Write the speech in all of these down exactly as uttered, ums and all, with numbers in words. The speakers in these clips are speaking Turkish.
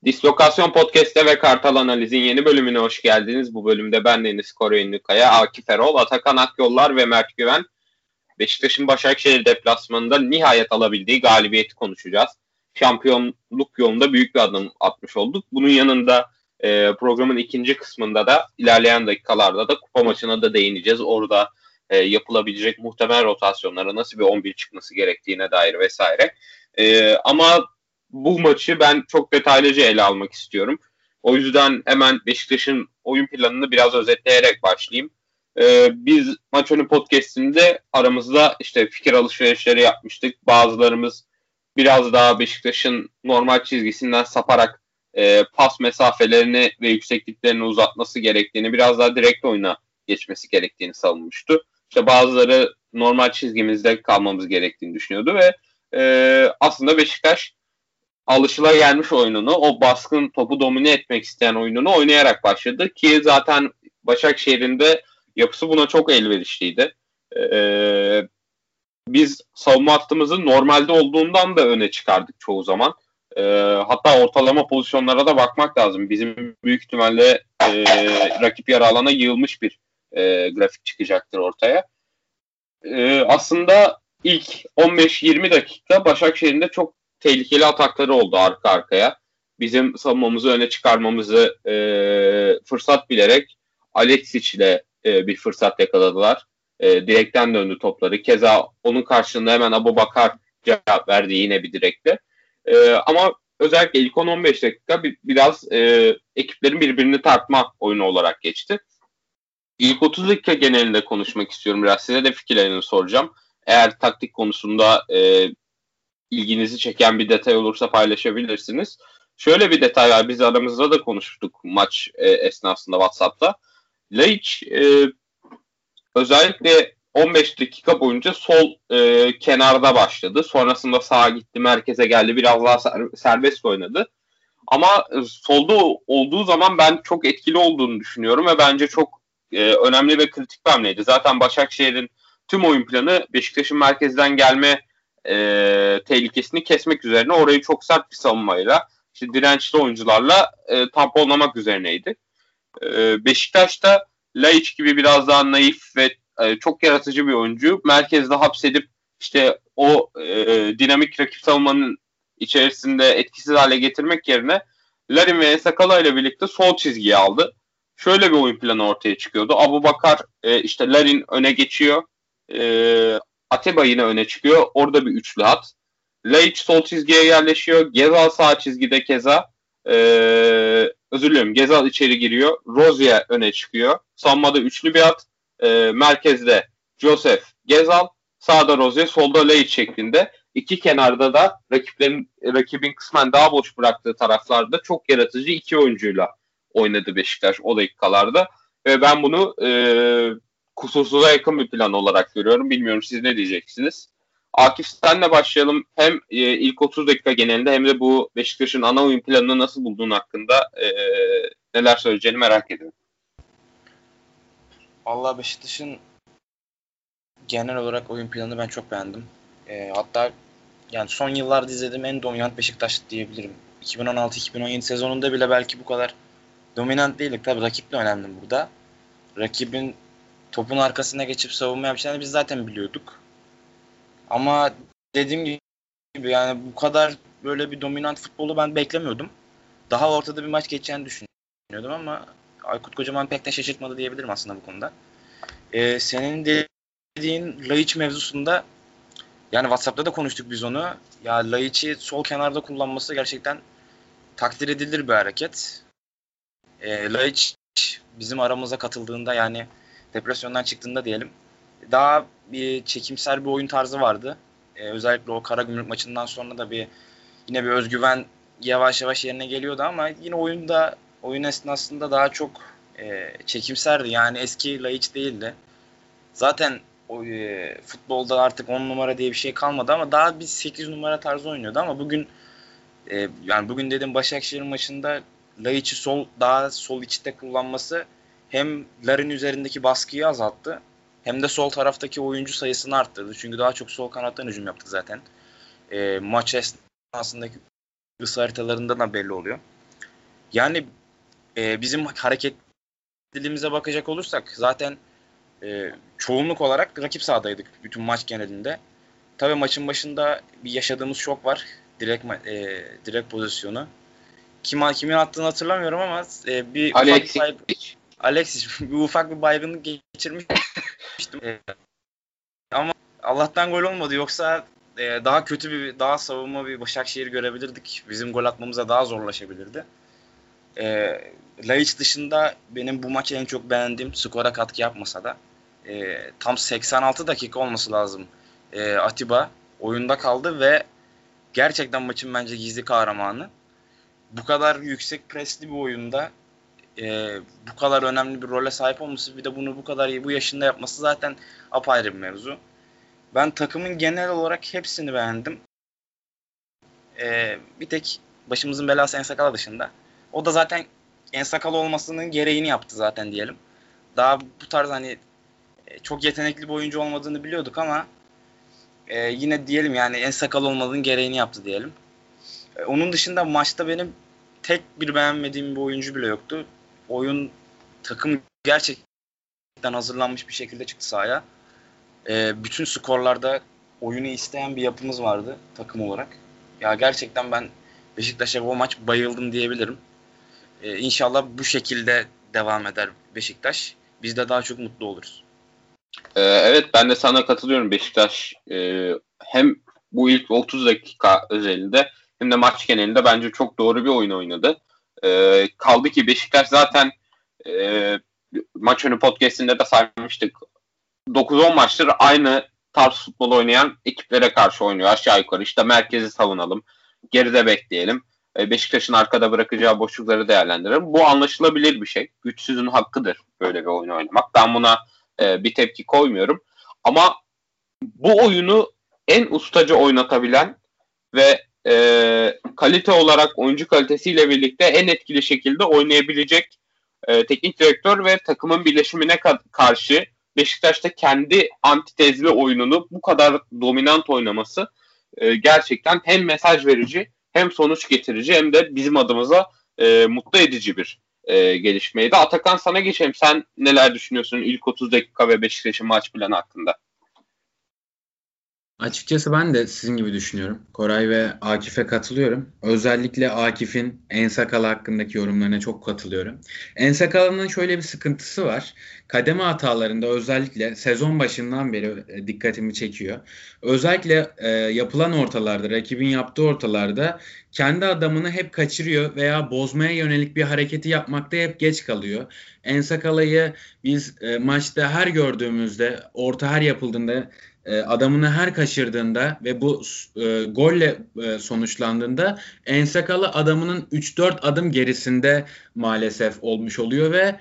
Dislokasyon Podcast'te ve Kartal Analiz'in yeni bölümüne hoş geldiniz. Bu bölümde ben Deniz Koray Ünlükaya, Akif Erol, Atakan Akyollar ve Mert Güven Beşiktaş'ın Başakşehir deplasmanında nihayet alabildiği galibiyeti konuşacağız. Şampiyonluk yolunda büyük bir adım atmış olduk. Bunun yanında e, programın ikinci kısmında da ilerleyen dakikalarda da kupa maçına da değineceğiz. Orada e, yapılabilecek muhtemel rotasyonlara nasıl bir on bir çıkması gerektiğine dair vesaire. E, ama bu maçı ben çok detaylıca ele almak istiyorum. O yüzden hemen Beşiktaş'ın oyun planını biraz özetleyerek başlayayım. Ee, biz maç önü podcast'inde aramızda işte fikir alışverişleri yapmıştık. Bazılarımız biraz daha Beşiktaş'ın normal çizgisinden saparak e, pas mesafelerini ve yüksekliklerini uzatması gerektiğini, biraz daha direkt oyuna geçmesi gerektiğini savunmuştu. İşte bazıları normal çizgimizde kalmamız gerektiğini düşünüyordu ve e, aslında Beşiktaş alışılagelmiş oyununu, o baskın topu domine etmek isteyen oyununu oynayarak başladı ki zaten Başakşehir'in de yapısı buna çok elverişliydi. Ee, biz savunma hattımızı normalde olduğundan da öne çıkardık çoğu zaman. Ee, hatta ortalama pozisyonlara da bakmak lazım. Bizim büyük ihtimalle e, rakip yarı alana yığılmış bir e, grafik çıkacaktır ortaya. Ee, aslında ilk on beş yirmi dakika Başakşehir'in de çok tehlikeli atakları oldu arka arkaya. Bizim savunmamızı öne çıkarmamızı e, fırsat bilerek Alexic ile e, bir fırsat yakaladılar. E, direkten döndü topları. Keza onun karşılığında hemen Abubakar cevap verdi yine bir direkle. E, ama özellikle ilk on on beş dakika bir, biraz e, ekiplerin birbirini tartma oyunu olarak geçti. İlk otuz dakika genelinde konuşmak istiyorum biraz. Size de fikirlerini soracağım. Eğer taktik konusunda e, ilginizi çeken bir detay olursa paylaşabilirsiniz. Şöyle bir detay var. Biz aramızda da konuştuk maç e, esnasında WhatsApp'ta. Laiç e, özellikle on beş dakika boyunca sol e, kenarda başladı. Sonrasında sağa gitti, merkeze geldi. Biraz daha ser- serbest oynadı. Ama e, solda olduğu zaman ben çok etkili olduğunu düşünüyorum ve bence çok e, önemli ve kritik bir hamleydi. Zaten Başakşehir'in tüm oyun planı Beşiktaş'ın merkezden gelme e, tehlikesini kesmek üzerine, orayı çok sert bir savunmayla, işte dirençli oyuncularla e, tamponlamak üzerineydi. E, Beşiktaş'ta Laiç gibi biraz daha naif ve e, çok yaratıcı bir oyuncu merkezde hapsedip işte o e, dinamik rakip savunmanın içerisinde etkisiz hale getirmek yerine Larin ve Sakala ile birlikte sol çizgiyi aldı. Şöyle bir oyun planı ortaya çıkıyordu. Abubakar e, işte Larin öne geçiyor. E, Ateba yine öne çıkıyor. Orada bir üçlü hat. Laiç sol çizgiye yerleşiyor. Gezal sağ çizgide keza. E, özür dilerim. Gezal içeri giriyor. Rozier öne çıkıyor. Savunmada üçlü bir hat. E, merkezde Joseph, Gezal. Sağda Rozier, solda Laiç şeklinde. İki kenarda da rakiplerin rakibin kısmen daha boş bıraktığı taraflarda çok yaratıcı iki oyuncuyla oynadı Beşiktaş o dakikalarda. Ve ben bunu e, kusursuza yakın bir plan olarak görüyorum. Bilmiyorum siz ne diyeceksiniz? Akif, senle başlayalım. Hem e, ilk otuz dakika genelinde hem de bu Beşiktaş'ın ana oyun planını nasıl bulduğun hakkında e, neler söyleyeceğini merak ediyorum. Vallahi Beşiktaş'ın genel olarak oyun planını ben çok beğendim. E, hatta yani son yıllarda izlediğim en dominant Beşiktaş diyebilirim. iki bin on altı iki bin on yedi sezonunda bile belki bu kadar dominant değildik. Tabii rakip de önemli burada. Rakibin topun arkasına geçip savunma yapacağını biz zaten biliyorduk. Ama dediğim gibi yani bu kadar böyle bir dominant futbolu ben beklemiyordum. Daha ortada bir maç geçeceğini düşünüyordum ama Aykut Kocaman pek de şaşırtmadı diyebilirim aslında bu konuda. Ee, senin dediğin Laiç mevzusunda yani WhatsApp'ta da konuştuk biz onu. Ya Laiç'i sol kenarda kullanması gerçekten takdir edilir bir hareket. E, Laiç bizim aramıza katıldığında yani depresyondan çıktığında diyelim daha bir çekimser bir oyun tarzı vardı. E, özellikle o Karagümrük maçından sonra da bir yine bir özgüven yavaş yavaş yerine geliyordu ama yine oyunda oyun esnasında daha çok e, çekimserdi. Yani eski Laiç değildi. Zaten o, e, futbolda artık on numara diye bir şey kalmadı ama daha bir sekiz numara tarzı oynuyordu ama bugün e, yani bugün dedim Başakşehir maçında Laiç'i sol daha sol içte kullanması hem Larin üzerindeki baskıyı azalttı hem de sol taraftaki oyuncu sayısını arttırdı. Çünkü daha çok sol kanattan hücum yaptık zaten. E, maç esnasındaki ısı haritalarında da belli oluyor. Yani e, bizim hareketliliğimize bakacak olursak zaten e, çoğunluk olarak rakip sahadaydık bütün maç genelinde. Tabii maçın başında bir yaşadığımız şok var. Direkt e, direkt pozisyonu. Kim kimin attığını hatırlamıyorum ama e, bir Alexis. ufak bir baygın, Alexis bir ufak bir baygınlık geçirmiştim. e, ama Allah'tan gol olmadı. Yoksa e, daha kötü bir, daha savunma bir Başakşehir görebilirdik. Bizim gol atmamıza daha zorlaşabilirdi. E, Laiç dışında benim bu maçı en çok beğendiğim, skora katkı yapmasa da e, tam seksen altı dakika olması lazım. E, Atiba oyunda kaldı ve gerçekten maçın bence gizli kahramanı. Bu kadar yüksek presli bir oyunda e, bu kadar önemli bir role sahip olması, bir de bunu bu kadar iyi bu yaşında yapması zaten apayrı bir mevzu. Ben takımın genel olarak hepsini beğendim. E, bir tek başımızın belası Ensakala dışında. O da zaten Ensakala olmasının gereğini yaptı zaten diyelim. Daha bu tarz hani çok yetenekli bir oyuncu olmadığını biliyorduk ama e, yine diyelim yani Ensakala olmadığının gereğini yaptı diyelim. E, onun dışında maçta benim tek bir beğenmediğim bir oyuncu bile yoktu. Oyun, takım gerçekten hazırlanmış bir şekilde çıktı sahaya. E, bütün skorlarda oyunu isteyen bir yapımız vardı takım olarak. Ya gerçekten ben Beşiktaş'a bu maç bayıldım diyebilirim. E, İnşallah bu şekilde devam eder Beşiktaş. Biz de daha çok mutlu oluruz. Ee, evet, ben de sana katılıyorum. Beşiktaş e, hem bu ilk otuz dakika özelinde hem de maç genelinde bence çok doğru bir oyun oynadı. Ee, kaldı ki Beşiktaş zaten e, maç önü podcastinde de saymıştık. dokuz on maçtır aynı tarz futbol oynayan ekiplere karşı oynuyor aşağı yukarı. İşte merkezi savunalım, geride bekleyelim. E, Beşiktaş'ın arkada bırakacağı boşlukları değerlendirelim. Bu anlaşılabilir bir şey. Güçsüzün hakkıdır böyle bir oyun oynamak. Ben buna e, bir tepki koymuyorum. Ama bu oyunu en ustaca oynatabilen ve e, kalite olarak oyuncu kalitesiyle birlikte en etkili şekilde oynayabilecek e, teknik direktör ve takımın birleşimine ka- karşı Beşiktaş'ta kendi antitezli oyununu bu kadar dominant oynaması e, gerçekten hem mesaj verici hem sonuç getirici hem de bizim adımıza e, mutlu edici bir e, gelişmeydi. Atakan, sana geçelim. Sen neler düşünüyorsun ilk otuz dakika ve Beşiktaş'ın maç planı hakkında? Açıkçası ben de sizin gibi düşünüyorum. Koray ve Akif'e katılıyorum. Özellikle Akif'in Ensakala hakkındaki yorumlarına çok katılıyorum. Ensakala'nın şöyle bir sıkıntısı var. Kademe hatalarında özellikle sezon başından beri e, dikkatimi çekiyor. Özellikle e, yapılan ortalarda, rakibin yaptığı ortalarda kendi adamını hep kaçırıyor veya bozmaya yönelik bir hareketi yapmakta hep geç kalıyor. Ensakala'yı biz e, maçta her gördüğümüzde, orta her yapıldığında, adamını her kaçırdığında ve bu e, golle e, sonuçlandığında Ensakala adamının üç dört adım gerisinde maalesef olmuş oluyor ve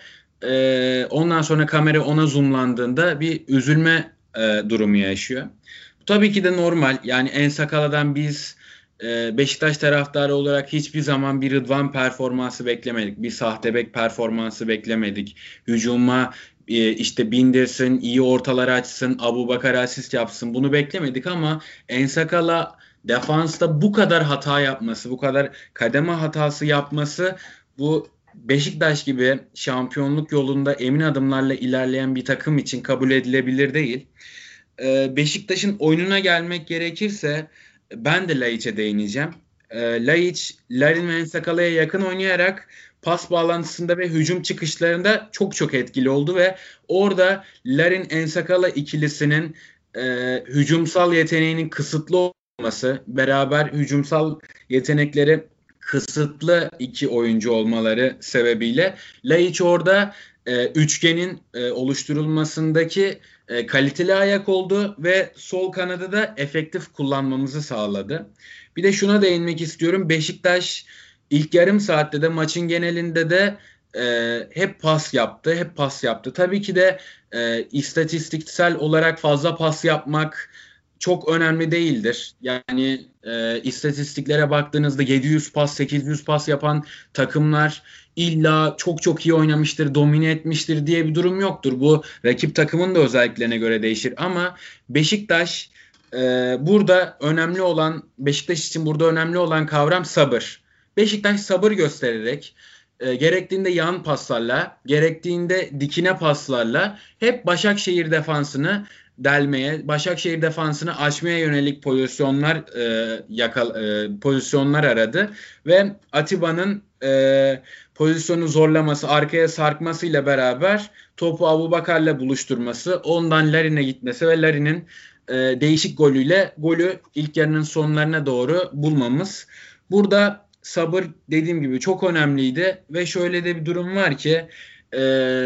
e, ondan sonra kamera ona zoomlandığında bir üzülme e, durumu yaşıyor. Bu tabii ki de normal. Yani Ensakala'dan biz e, Beşiktaş taraftarı olarak hiçbir zaman bir Rıdvan performansı beklemedik. Bir sahtebek performansı beklemedik. Hücuma işte bindirsin, iyi ortalar açsın, Abubakar asist yapsın, bunu beklemedik ama Ensakala defansta bu kadar hata yapması, bu kadar kademe hatası yapması, bu Beşiktaş gibi şampiyonluk yolunda emin adımlarla ilerleyen bir takım için kabul edilebilir değil. Beşiktaş'ın oyununa gelmek gerekirse ben de Laiç'e değineceğim. Laiç, Larin ve Ensakala'ya yakın oynayarak pas bağlantısında ve hücum çıkışlarında çok çok etkili oldu ve orada Larin Ensakala ikilisinin e, hücumsal yeteneğinin kısıtlı olması, beraber hücumsal yetenekleri kısıtlı iki oyuncu olmaları sebebiyle Laiç orada e, üçgenin e, oluşturulmasındaki e, kaliteli ayak oldu ve sol kanadı da efektif kullanmamızı sağladı. Bir de şuna değinmek istiyorum. Beşiktaş İlk yarım saatte de maçın genelinde de e, hep pas yaptı, hep pas yaptı. Tabii ki de e, istatistiksel olarak fazla pas yapmak çok önemli değildir. Yani e, istatistiklere baktığınızda yedi yüz pas, sekiz yüz pas yapan takımlar illa çok çok iyi oynamıştır, domine etmiştir diye bir durum yoktur. Bu rakip takımın da özelliklerine göre değişir. Ama Beşiktaş e, burada önemli olan, Beşiktaş için burada önemli olan kavram sabır. Beşiktaş sabır göstererek e, gerektiğinde yan paslarla, gerektiğinde dikine paslarla hep Başakşehir defansını delmeye, Başakşehir defansını açmaya yönelik pozisyonlar e, yakal, e, pozisyonlar aradı ve Atiba'nın e, pozisyonu zorlaması, arkaya sarkmasıyla beraber topu Abubakar'la buluşturması, ondan Larin'e gitmesi ve Larin'in e, değişik golüyle golü ilk yarının sonlarına doğru bulmamız. Burada sabır dediğim gibi çok önemliydi ve şöyle de bir durum var ki e,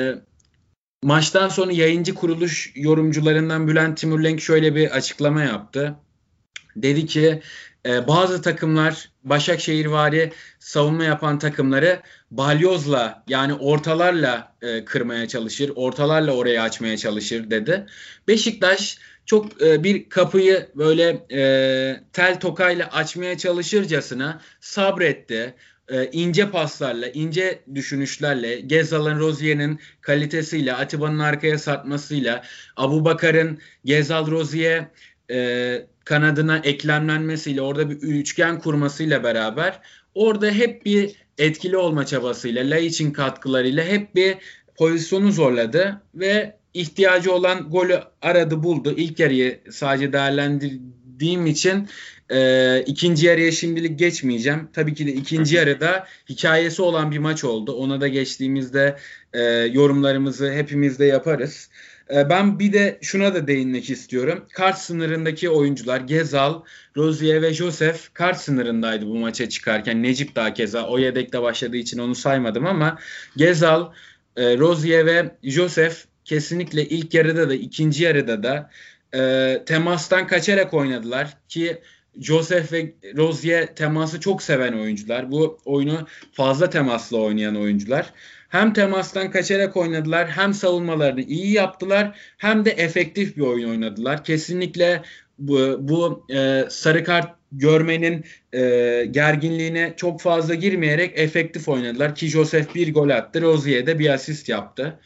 maçtan sonra yayıncı kuruluş yorumcularından Bülent Timurlenk şöyle bir açıklama yaptı. Dedi ki e, bazı takımlar Başakşehirvari savunma yapan takımları balyozla yani ortalarla e, kırmaya çalışır, ortalarla orayı açmaya çalışır dedi. Beşiktaş çok e, bir kapıyı böyle e, tel tokayla açmaya çalışırcasına sabretti. E, ince paslarla, ince düşünüşlerle, Gezal'ın, Rozier'in kalitesiyle, Atiba'nın arkaya sarkmasıyla, Abubakar'ın Gezal, Rozier e, kanadına eklemlenmesiyle, orada bir üçgen kurmasıyla beraber orada hep bir etkili olma çabasıyla, Laiç'in katkılarıyla hep bir pozisyonu zorladı ve ihtiyacı olan golü aradı buldu. İlk yarıyı sadece değerlendirdiğim için e, ikinci yarıya şimdilik geçmeyeceğim. Tabii ki de ikinci yarıda hikayesi olan bir maç oldu. Ona da geçtiğimizde e, yorumlarımızı hepimiz de yaparız. E, ben bir de şuna da değinmek istiyorum. Kart sınırındaki oyuncular Gezal, Rozier ve Josef kart sınırındaydı bu maça çıkarken. Necip daha keza o yedekte başladığı için onu saymadım ama Gezal, e, Rozier ve Josef kesinlikle ilk yarıda da ikinci yarıda da e, temastan kaçarak oynadılar ki Josef ve Rozier teması çok seven oyuncular. Bu oyunu fazla temasla oynayan oyuncular. Hem temastan kaçarak oynadılar, hem savunmalarını iyi yaptılar, hem de efektif bir oyun oynadılar. Kesinlikle bu, bu e, sarı kart görmenin e, gerginliğine çok fazla girmeyerek efektif oynadılar ki Josef bir gol attı, Rozier de bir asist yaptı.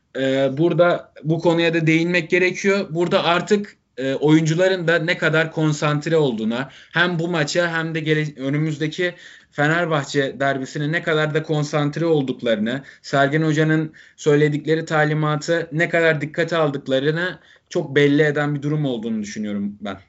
E, burada bu konuya da değinmek gerekiyor. Burada artık e, oyuncuların da ne kadar konsantre olduğuna, hem bu maça hem de gele- önümüzdeki Fenerbahçe derbisine ne kadar da konsantre olduklarını, Sergen Hoca'nın söyledikleri talimatı ne kadar dikkate aldıklarını çok belli eden bir durum olduğunu düşünüyorum ben.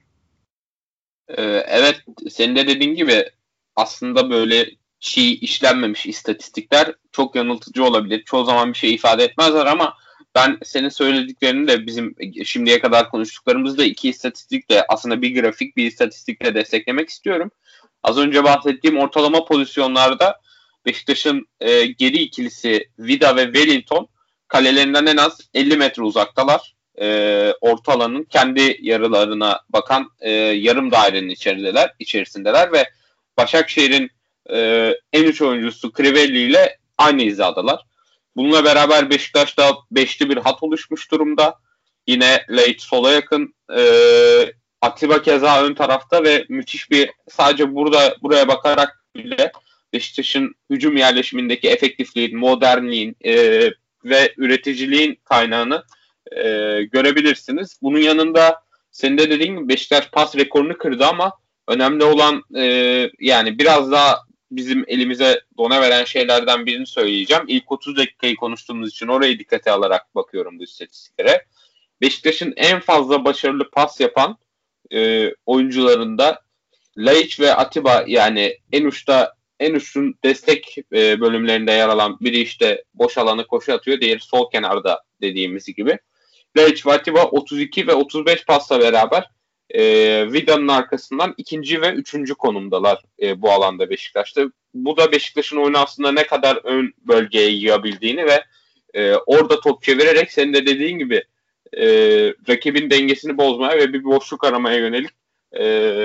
Ee, evet, senin de dediğin gibi aslında böyle çiğ işlenmemiş istatistikler çok yanıltıcı olabilir. Çoğu zaman bir şey ifade etmezler ama ben senin söylediklerini de bizim şimdiye kadar konuştuklarımızda iki istatistikle aslında bir grafik bir istatistikle desteklemek istiyorum. Az önce bahsettiğim ortalama pozisyonlarda Beşiktaş'ın e, geri ikilisi Vida ve Wellington kalelerinden en az elli metre uzaktalar. E, orta alanın kendi yarılarına bakan e, yarım dairenin içerideler, içerisindeler ve Başakşehir'in e, en üç oyuncusu Crivelli ile aynı hizadalar. Bununla beraber Beşiktaş'ta beşli bir hat oluşmuş durumda. Yine Laiç sola yakın, e, Atiba keza ön tarafta ve müthiş bir sadece burada buraya bakarak bile Beşiktaş'ın hücum yerleşimindeki efektifliğin, modernliğin e, ve üreticiliğin kaynağını e, görebilirsiniz. Bunun yanında senin de dediğin gibi Beşiktaş pas rekorunu kırdı ama önemli olan e, yani biraz daha bizim elimize dona veren şeylerden birini söyleyeceğim. İlk otuz dakikayı konuştuğumuz için orayı dikkate alarak bakıyorum bu istatistiklere. Beşiktaş'ın en fazla başarılı pas yapan e, oyuncularında Laiç ve Atiba, yani en uçta en uçun destek e, bölümlerinde yer alan biri işte boş alanı koşu atıyor, diğeri sol kenarda dediğimiz gibi. Laiç ve Atiba otuz iki ve otuz beş pasla beraber e, Vida'nın arkasından ikinci ve üçüncü konumdalar e, bu alanda Beşiktaş'ta. Bu da Beşiktaş'ın oyunu aslında ne kadar ön bölgeye yığabildiğini ve e, orada top çevirerek senin de dediğin gibi e, rakibin dengesini bozmaya ve bir boşluk aramaya yönelik e,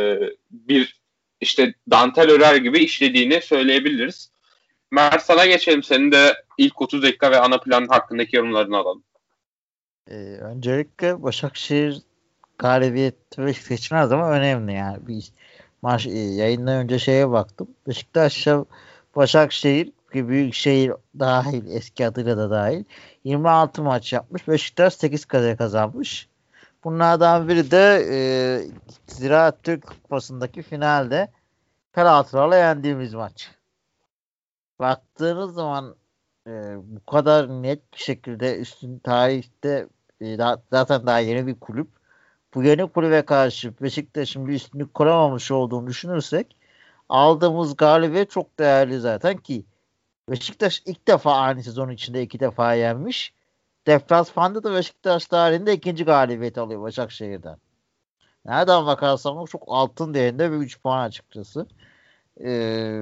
bir işte dantel örer gibi işlediğini söyleyebiliriz. Mert, sana geçelim. Senin de ilk otuz dakika ve ana plan hakkındaki yorumlarını alalım. Ee, öncelikle Başakşehir galibiyeti Beşiktaş için her zaman önemli yani. Bir maç e, yayından önce şeye baktım. Beşiktaş'la Başakşehir ki büyük şehir dahil, eski adıyla da dahil yirmi altı maç yapmış. Beşiktaş sekiz kere kazanmış. Bunlardan biri de e, Ziraat Türk Kupası'ndaki finalde penaltılarla yendiğimiz maç. baktığınız zaman e, bu kadar net bir şekilde üstün tarihte e, daha, zaten daha yeni bir kulüp. Bu yeni kulübe karşı Beşiktaş'ın bir üstünlük kuramamış olduğunu düşünürsek aldığımız galibiyet çok değerli zaten ki Beşiktaş ilk defa aynı sezon içinde iki defa yenmiş. Deplasmanda da Beşiktaş tarihinde ikinci galibiyet alıyor Başakşehir'den. Nereden bakarsan çok altın değerinde bir üç puan açıkçası. Ee,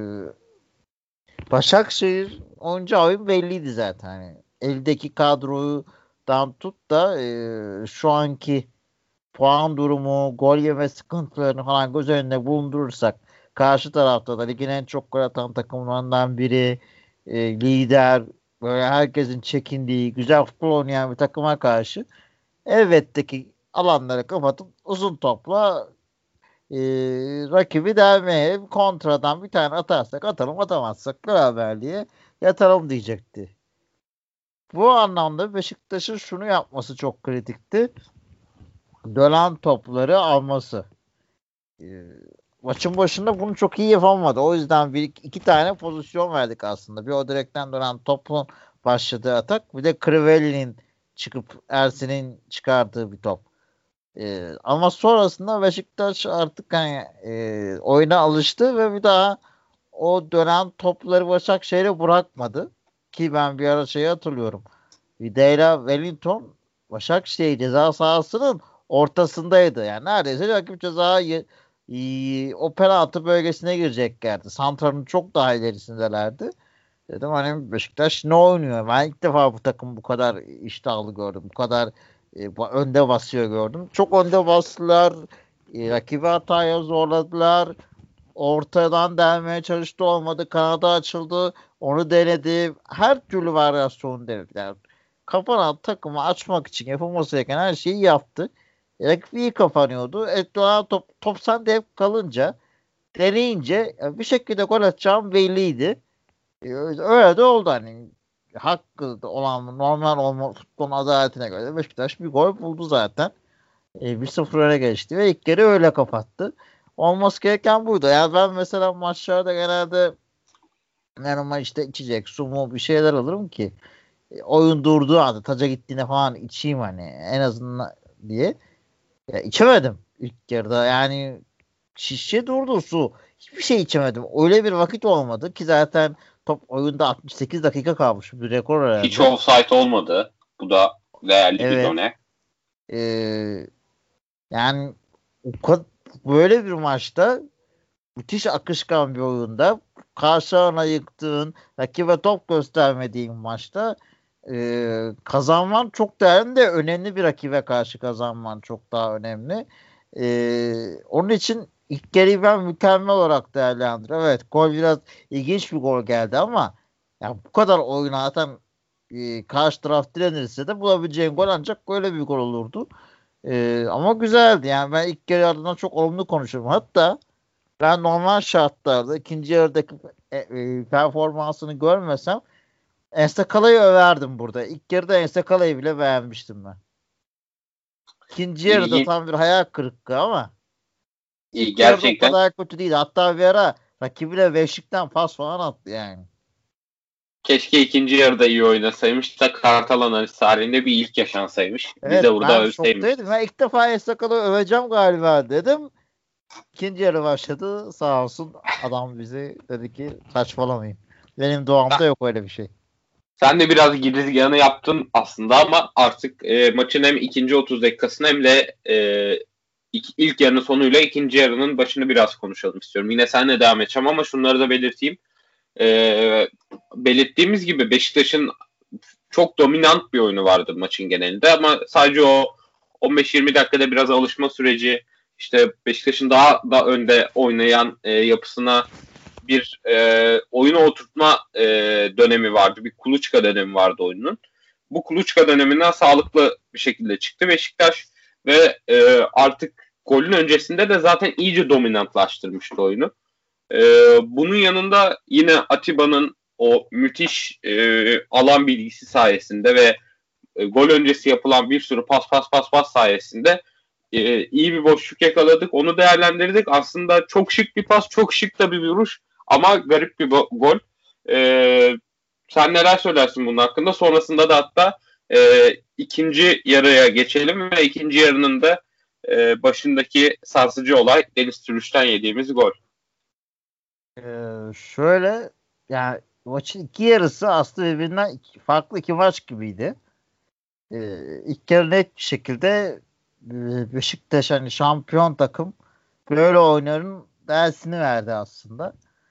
Başakşehir oyuncu oyun belliydi zaten. Yani eldeki kadrodan tut da e, şu anki puan durumu, gol yeme sıkıntılarını falan göz önünde bulundurursak karşı tarafta da ligin en çok gol atan takımlarından biri, e, lider, böyle herkesin çekindiği, güzel futbol oynayan bir takıma karşı elbette ki alanları kapatıp uzun topla e, rakibi delmeye, kontradan bir tane atarsak atalım, atamazsak beraberliğe yatalım diyecekti. Bu anlamda Beşiktaş'ın şunu yapması çok kritikti. Dönen topları alması. E, maçın başında bunu çok iyi yapamadı. O yüzden bir iki tane pozisyon verdik aslında. Bir o direkten dönen topun başladığı atak, bir de Crivelli'nin çıkıp Ersin'in çıkardığı bir top. Ee, ama sonrasında Beşiktaş artık hani e, oyuna alıştı ve bir daha o dönen topları Başakşehir'e bırakmadı. Ki ben bir ara şeyi hatırlıyorum. Videyla Wellington Başakşehir ceza sahasının ortasındaydı. Yani neredeyse rakip cezayı o penaltı bölgesine gireceklerdi. Santra'nın çok daha ilerisindelerdi. Dedim hani Beşiktaş ne oynuyor? Ben ilk defa bu takım bu kadar iştahlı gördüm. Bu kadar e, önde basıyor gördüm. Çok önde bastılar. E, rakibi hataya zorladılar. Ortadan delmeye çalıştı, olmadı. Kanada açıldı. Onu denedi. Her türlü varyasyonu denedi. Yani kapanan takımı açmak için yapılması gereken her şeyi yaptı. E, rakip iyi kapanıyordu. Etdoğan top, top sende hep kalınca deneyince bir şekilde gol atacağım belliydi. Öyle de oldu hani. Hakkı olan normal olma futbolun adaletine göre Beşiktaş bir gol buldu zaten. E, bir sıfır öne geçti ve ilk kere öyle kapattı. Olması gereken buydu. Yani ben mesela maçlarda genelde yanıma işte içecek, su mu bir şeyler alırım ki e, oyun durduğu anda taca gittiğine falan içeyim hani en azından diye. Ya, içemedim ilk yarıda. Yani şişe durdu su. Hiçbir şey içemedim. Öyle bir vakit olmadı ki zaten top oyunda altmış sekiz dakika kalmış. Bir rekor herhalde. Hiç offside olmadı. Bu da değerli evet. Bir done. Ee, yani böyle bir maçta müthiş akışkan bir oyunda karşı ana yıktığın, rakibe top göstermediğin maçta e, kazanman çok değerli de önemli bir rakibe karşı kazanman çok daha önemli. E, onun için ilk yarıyı ben mükemmel olarak değerlendiriyorum. Evet, gol biraz ilginç bir gol geldi ama ya bu kadar oyuna zaten e, karşı taraf direnirse de bulabileceğin gol ancak böyle bir gol olurdu. E, ama güzeldi. Yani ben ilk yarı ardından çok olumlu konuşuyorum. Hatta ben normal şartlarda ikinci yarıdaki e, e, performansını görmesem Ensakala'yı överdim burada. İlk yarıda Ensakala'yı bile beğenmiştim ben. İkinci yarıda İyi. tam bir hayal kırıklığı ama İyi, gerçekten. O kadar kötü değil. Hatta bir ara rakibiyle beşlikten pas falan attı yani. Keşke ikinci yarıda iyi oynasaymış da Kartal analiz tarihinde bir ilk yaşansaymış. Evet, Biz de burada ben şoktaydım. Ben ilk defa Ensakala'yı öveceğim galiba dedim. İkinci yarı başladı. Sağ olsun adam bizi dedi ki saçmalamayın. Benim doğamda ha. yok öyle bir şey. Sen de biraz girizgahını yaptın aslında ama artık e, maçın hem ikinci otuz dakikasını hem de e, ilk, ilk yarının sonuyla ikinci yarının başını biraz konuşalım istiyorum. Yine seninle devam edeceğim ama şunları da belirteyim. E, belirttiğimiz gibi Beşiktaş'ın çok dominant bir oyunu vardı maçın genelinde ama sadece o on beş yirmi dakikada biraz alışma süreci, işte Beşiktaş'ın daha da önde oynayan e, yapısına bir e, oyunu oturtma e, dönemi vardı. Bir kuluçka dönemi vardı oyunun. Bu kuluçka döneminden sağlıklı bir şekilde çıktı Beşiktaş ve e, artık golün öncesinde de zaten iyice dominantlaştırmıştı oyunu. E, bunun yanında yine Atiba'nın o müthiş e, alan bilgisi sayesinde ve e, gol öncesi yapılan bir sürü pas pas pas pas sayesinde e, iyi bir boşluk yakaladık. Onu değerlendirdik. Aslında çok şık bir pas, çok şık da bir vuruş ama garip bir bo- gol. Ee, sen neler söylersin bunun hakkında? Sonrasında da hatta e, ikinci yarıya geçelim ve ikinci yarının da e, başındaki sarsıcı olay Deniz Türüş'ten yediğimiz gol. Ee, şöyle yani maçın iki yarısı aslında birbirinden iki, farklı iki maç gibiydi. Ee, ilk yarı net bir şekilde e, Beşiktaş hani şampiyon takım böyle oynarın dersini verdi aslında.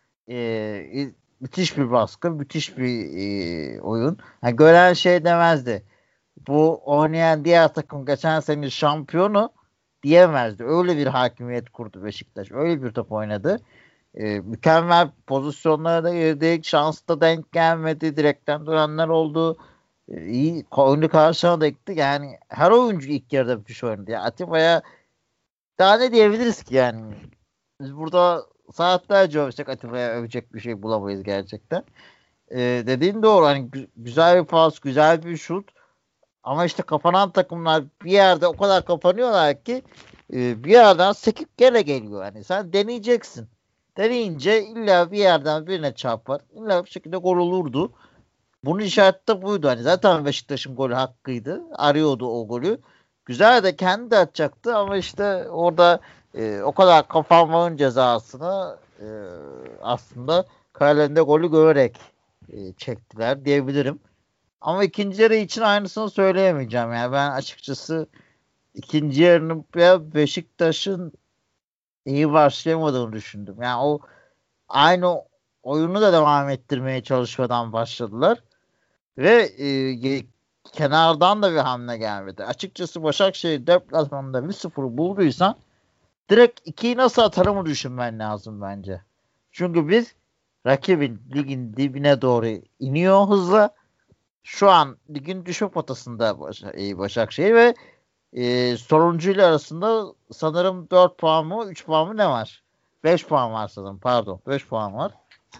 Ee, müthiş bir baskı, müthiş bir e, oyun. Yani gören şey demezdi. Bu oynayan diğer takım geçen sene şampiyonu diyemezdi. Öyle bir hakimiyet kurdu Beşiktaş. Öyle bir top oynadı. Ee, mükemmel pozisyonlara da girdik. Şans da denk gelmedi. Direkten dönenler oldu. Ee, iyi oyunu karşına da gitti. Yani her oyuncu ilk yarıda müthiş oynadı. Yani Atiba'ya daha ne diyebiliriz ki yani? Biz burada saatlerce övsek Atiba'ya övecek bir şey bulamayız gerçekten. Ee, dediğin doğru. Hani gü- güzel bir pas, güzel bir şut. Ama işte kapanan takımlar bir yerde o kadar kapanıyorlar ki e, bir yerden sekip gene geliyor. Yani sen deneyeceksin. Deneyince illa bir yerden birine çarpar. İlla bir şekilde gol olurdu. Bunun işareti de buydu. Hani zaten Beşiktaş'ın golü hakkıydı. Arıyordu o golü. Güzel de kendi de atacaktı ama işte orada e, o kadar kapanmanın cezasını e, aslında kalelerinde golü görerek e, çektiler diyebilirim. Ama ikinci yarı için aynısını söyleyemeyeceğim. Yani ben açıkçası ikinci yarının Beşiktaş'ın iyi başlayamadığını düşündüm. Yani o aynı oyunu da devam ettirmeye çalışmadan başladılar. Ve e, kenardan da bir hamle gelmedi. Açıkçası Başakşehir deplasmanında bir sıfır bulduysan direkt ikiyi nasıl atarımı düşünmen lazım bence. Çünkü biz rakibin ligin dibine doğru iniyor hızla. Şu an ligin düşme potasında Başakşehir ve e, sonuncuyla arasında sanırım dört puan mı üç puan mı ne var? beş puan var sanırım, pardon, beş puan var.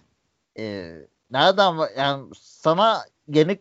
E, nereden var? Yani sana yenik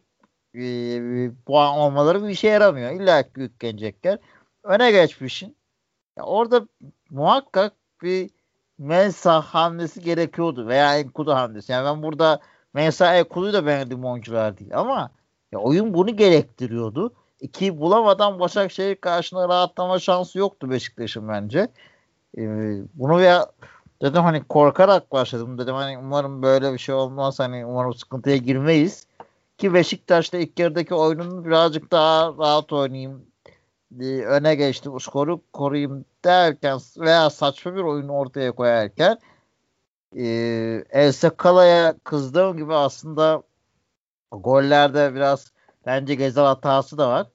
e, puan olmaları bir işe yaramıyor. İlla ki büyük gelecekler. Öne geçmişsin. Ya orada muhakkak bir Mensah hamlesi gerekiyordu veya Enkudu hamlesi. Yani ben burada Mensah Enkudu'yu da beğendiğim oyuncular değil ama ya oyun bunu gerektiriyordu. İkiyi bulamadan Başakşehir karşısında rahatlama şansı yoktu Beşiktaş'ın bence. Ee, bunu ya dedim hani korkarak başladım. Dedim hani umarım böyle bir şey olmaz. Hani umarım sıkıntıya girmeyiz. Ki Beşiktaş'ta ilk yarıdaki oyununu birazcık daha rahat oynayayım, öne geçtim, skoru koruyayım derken veya saçma bir oyun ortaya koyarken e, El Sakala'ya kızdığım gibi aslında gollerde biraz bence Gezal hatası da var.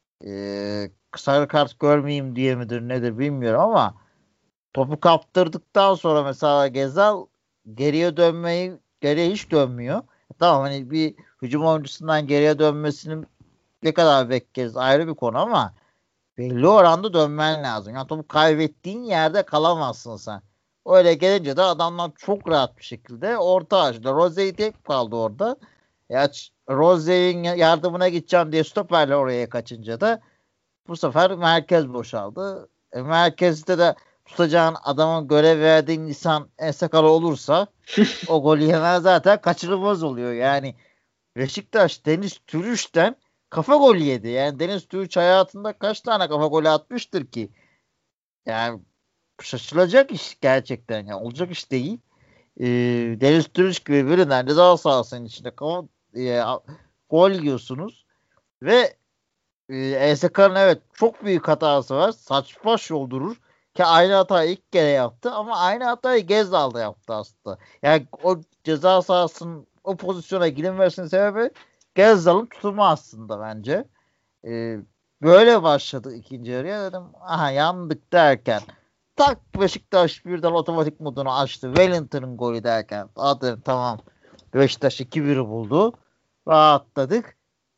E, sarı kart görmeyeyim diye midir nedir bilmiyorum ama topu kaptırdıktan sonra mesela Gezal geriye dönmeyi geriye hiç dönmüyor. Tamam hani bir hücum oyuncusundan geriye dönmesinin ne kadar bekleriz ayrı bir konu ama belli oranda dönmen lazım. Yani topu kaybettiğin yerde kalamazsın sen. Öyle gelince de adamlar çok rahat bir şekilde orta açtı. Roze'yi tek kaldı orada. Ya Roze'nin yardımına gideceğim diye stoperle oraya kaçınca da bu sefer merkez boşaldı. E, merkezde de tutacağın adamın görev verdiğin insan Ensakalı olursa o golü hemen zaten kaçırılmaz oluyor. Yani Beşiktaş Deniz Türüş'ten kafa golü yedi. Yani Deniz Türüç hayatında kaç tane kafa golü atmıştır ki? Yani şaşılacak iş gerçekten. Yani olacak iş değil. Ee, Deniz Türüç gibi birinden ceza sahasının içinde kafa, e, gol yiyorsunuz ve e, E S K'nın evet çok büyük hatası var. Saçma yoldurur ki aynı hatayı ilk kere yaptı ama aynı hatayı Gezdal da yaptı aslında. Yani o ceza sahasının o pozisyona girilmesinin sebebi Gezdal'ın tutumu aslında bence. Ee, böyle başladı ikinci yarıya, dedim aha yandık derken tak Beşiktaş birden otomatik modunu açtı. Wellington'ın golü derken adı tamam Beşiktaş iki bir buldu. Rahatladık.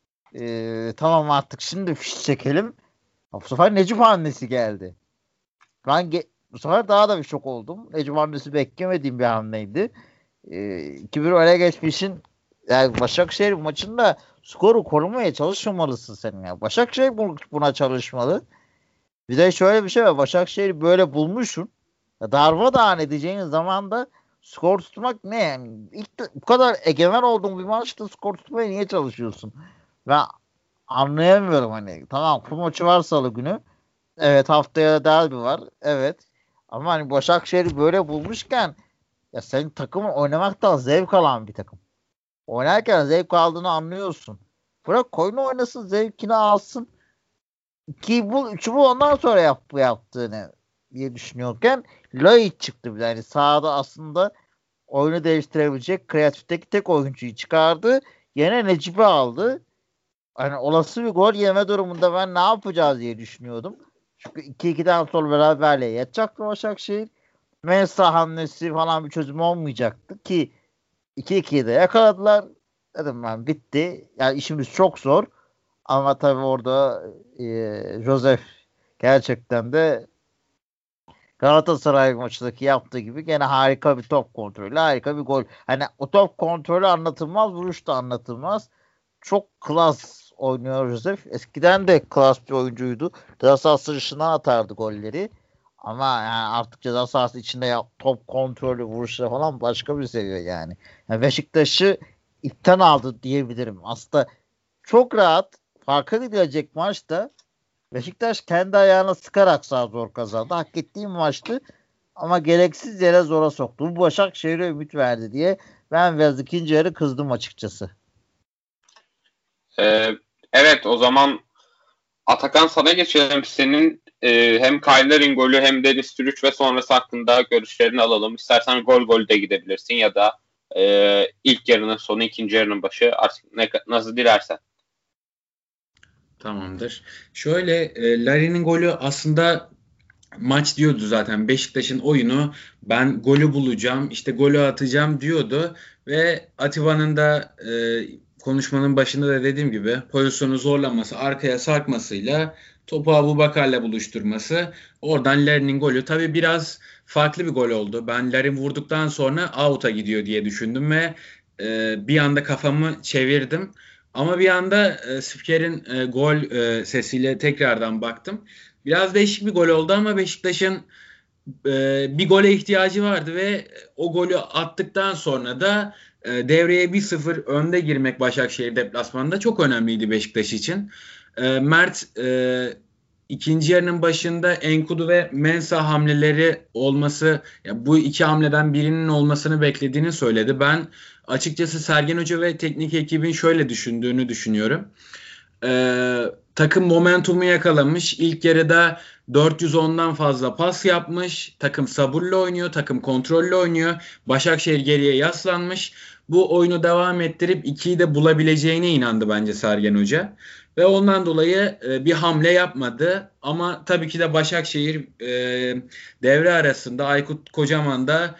Ee, tamam artık şimdi fiş çekelim. Bu sefer Necip hamlesi geldi. Ben ge- bu sefer daha da bir şok oldum. Necip hamlesi beklemediğim bir hamleydi. Ee, iki bir öne geçmişin yani Başakşehir maçında skoru korumaya çalışmamalısın sen ya. Başakşehir buna çalışmalı. Bir de şöyle bir şey var. Başakşehir böyle bulmuşsun. Darmadağın edeceğin zaman da skor tutmak ne yani? İlk de, bu kadar egemen olduğun bir maçta skor tutmaya niye çalışıyorsun? Ben anlayamıyorum hani. Tamam, bu maçı var salı günü. Evet, haftaya derbi var. Evet. Ama hani Başakşehir'i böyle bulmuşken ya senin takımın oynamaktan zevk alan bir takım. Oynarken zevk aldığını anlıyorsun. Bırak koyunu oynasın, zevkini alsın. İkiyi bul, üçü bul, ondan sonra yap bu yaptığını diye düşünüyorken Laiç çıktı bir yani sahada aslında oyunu değiştirebilecek kreatifteki tek oyuncuyu çıkardı. Yine Necip'i aldı. Hani olası bir gol yeme durumunda ben ne yapacağız diye düşünüyordum. Çünkü iki ikiden sonra beraberliğe yatacaktı Başakşehir. Mensah hamlesi falan bir çözüm olmayacaktı ki iki ikiyi de yakaladılar. Dedim ben bitti. Yani işimiz çok zor. Ama tabii orada e, Joseph gerçekten de Galatasaray maçındaki yaptığı gibi gene harika bir top kontrolü, harika bir gol. Hani o top kontrolü anlatılmaz, vuruş da anlatılmaz. Çok klas oynuyor Joseph. Eskiden de klas bir oyuncuydu. Ceza sahası dışından atardı golleri. Ama yani artık ceza sahası içinde yap, top kontrolü, vuruşları falan başka bir seviye yani. yani Beşiktaş'ı ipten aldı diyebilirim. Aslında çok rahat farka gidilecek maçta Beşiktaş kendi ayağına sıkarak sağ zor kazandı. Hak ettiği maçtı ama gereksiz yere zora soktu. Bu Başakşehir'e ümit verdi diye ben biraz ikinci yarı kızdım açıkçası. Ee, evet, o zaman Atakan sana geçelim. Senin e, hem Kyler'in golü hem Deniz Türüç ve sonrası hakkında görüşlerini alalım. İstersen gol gol de gidebilirsin ya da e, ilk yarının sonu, ikinci yarının başı, artık ne, nasıl dilersen. Tamamdır. Şöyle e, Larin'in golü aslında maç diyordu zaten. Beşiktaş'ın oyunu ben golü bulacağım, işte golü atacağım diyordu ve Atiba'nın da e, konuşmanın başında da dediğim gibi pozisyonu zorlaması, arkaya sarkmasıyla topu Abubakar'la buluşturması, oradan Larin'in golü. Tabii biraz farklı bir gol oldu. Ben Larin vurduktan sonra out'a gidiyor diye düşündüm ve e, bir anda kafamı çevirdim. Ama bir anda e, spikerin e, gol e, sesiyle tekrardan baktım. Biraz değişik bir gol oldu ama Beşiktaş'ın e, bir gole ihtiyacı vardı ve o golü attıktan sonra da e, devreye bir sıfır önde girmek Başakşehir deplasmanında çok önemliydi Beşiktaş için. E, Mert e, ikinci yarının başında Enkudu ve Mensah hamleleri olması, ya bu iki hamleden birinin olmasını beklediğini söyledi. Ben açıkçası Sergen Hoca ve teknik ekibin şöyle düşündüğünü düşünüyorum. Ee, takım momentumu yakalamış. İlk yarıda dört yüz ondan fazla pas yapmış. Takım sabırlı oynuyor. Takım kontrollü oynuyor. Başakşehir geriye yaslanmış. Bu oyunu devam ettirip ikiyi de bulabileceğine inandı bence Sergen Hoca. Ve ondan dolayı e, bir hamle yapmadı. Ama tabii ki de Başakşehir e, devre arasında Aykut Kocaman da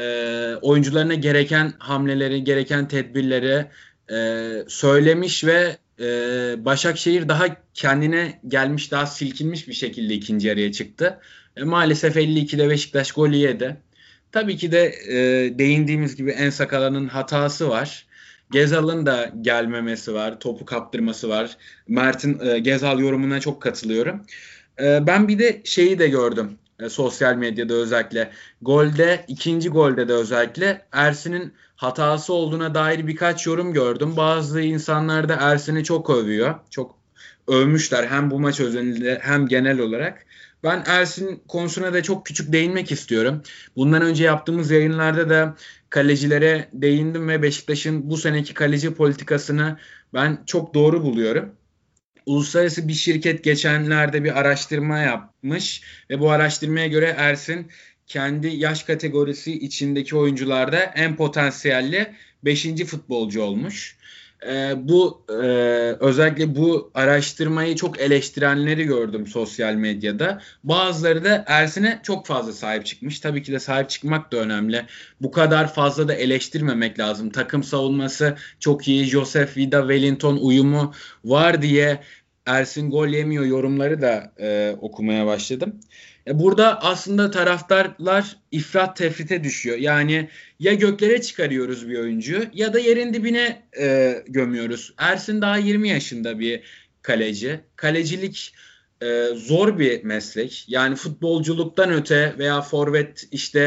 e, oyuncularına gereken hamleleri, gereken tedbirleri e, söylemiş ve ee, Başakşehir daha kendine gelmiş, daha silkinmiş bir şekilde ikinci yarıya çıktı. E, maalesef elli ikide Beşiktaş golü yedi. Tabii ki de e, değindiğimiz gibi En Sakala'nın hatası var. Gezal'ın da gelmemesi var, topu kaptırması var. Mert'in e, Gezal yorumuna çok katılıyorum. E, ben bir de şeyi de gördüm e, sosyal medyada özellikle. Golde, ikinci golde de özellikle Ersin'in hatası olduğuna dair birkaç yorum gördüm. Bazı insanlar da Ersin'i çok övüyor. Çok övmüşler hem bu maç özelinde hem genel olarak. Ben Ersin konusuna da çok küçük değinmek istiyorum. Bundan önce yaptığımız yayınlarda da kalecilere değindim ve Beşiktaş'ın bu seneki kaleci politikasını ben çok doğru buluyorum. Uluslararası bir şirket geçenlerde bir araştırma yapmış ve bu araştırmaya göre Ersin kendi yaş kategorisi içindeki oyuncularda en potansiyelli beşinci futbolcu olmuş. Ee, bu e, özellikle bu araştırmayı çok eleştirenleri gördüm sosyal medyada. Bazıları da Ersin'e çok fazla sahip çıkmış. Tabii ki de sahip çıkmak da önemli. Bu kadar fazla da eleştirmemek lazım. Takım savunması çok iyi. Joseph Vida Wellington uyumu var diye Ersin gol yemiyor yorumları da e, okumaya başladım. Burada aslında taraftarlar ifrat tefrite düşüyor. Yani ya göklere çıkarıyoruz bir oyuncuyu ya da yerin dibine e, gömüyoruz. Ersin daha yirmi yaşında bir kaleci. Kalecilik e, zor bir meslek. Yani futbolculuktan öte veya forvet işte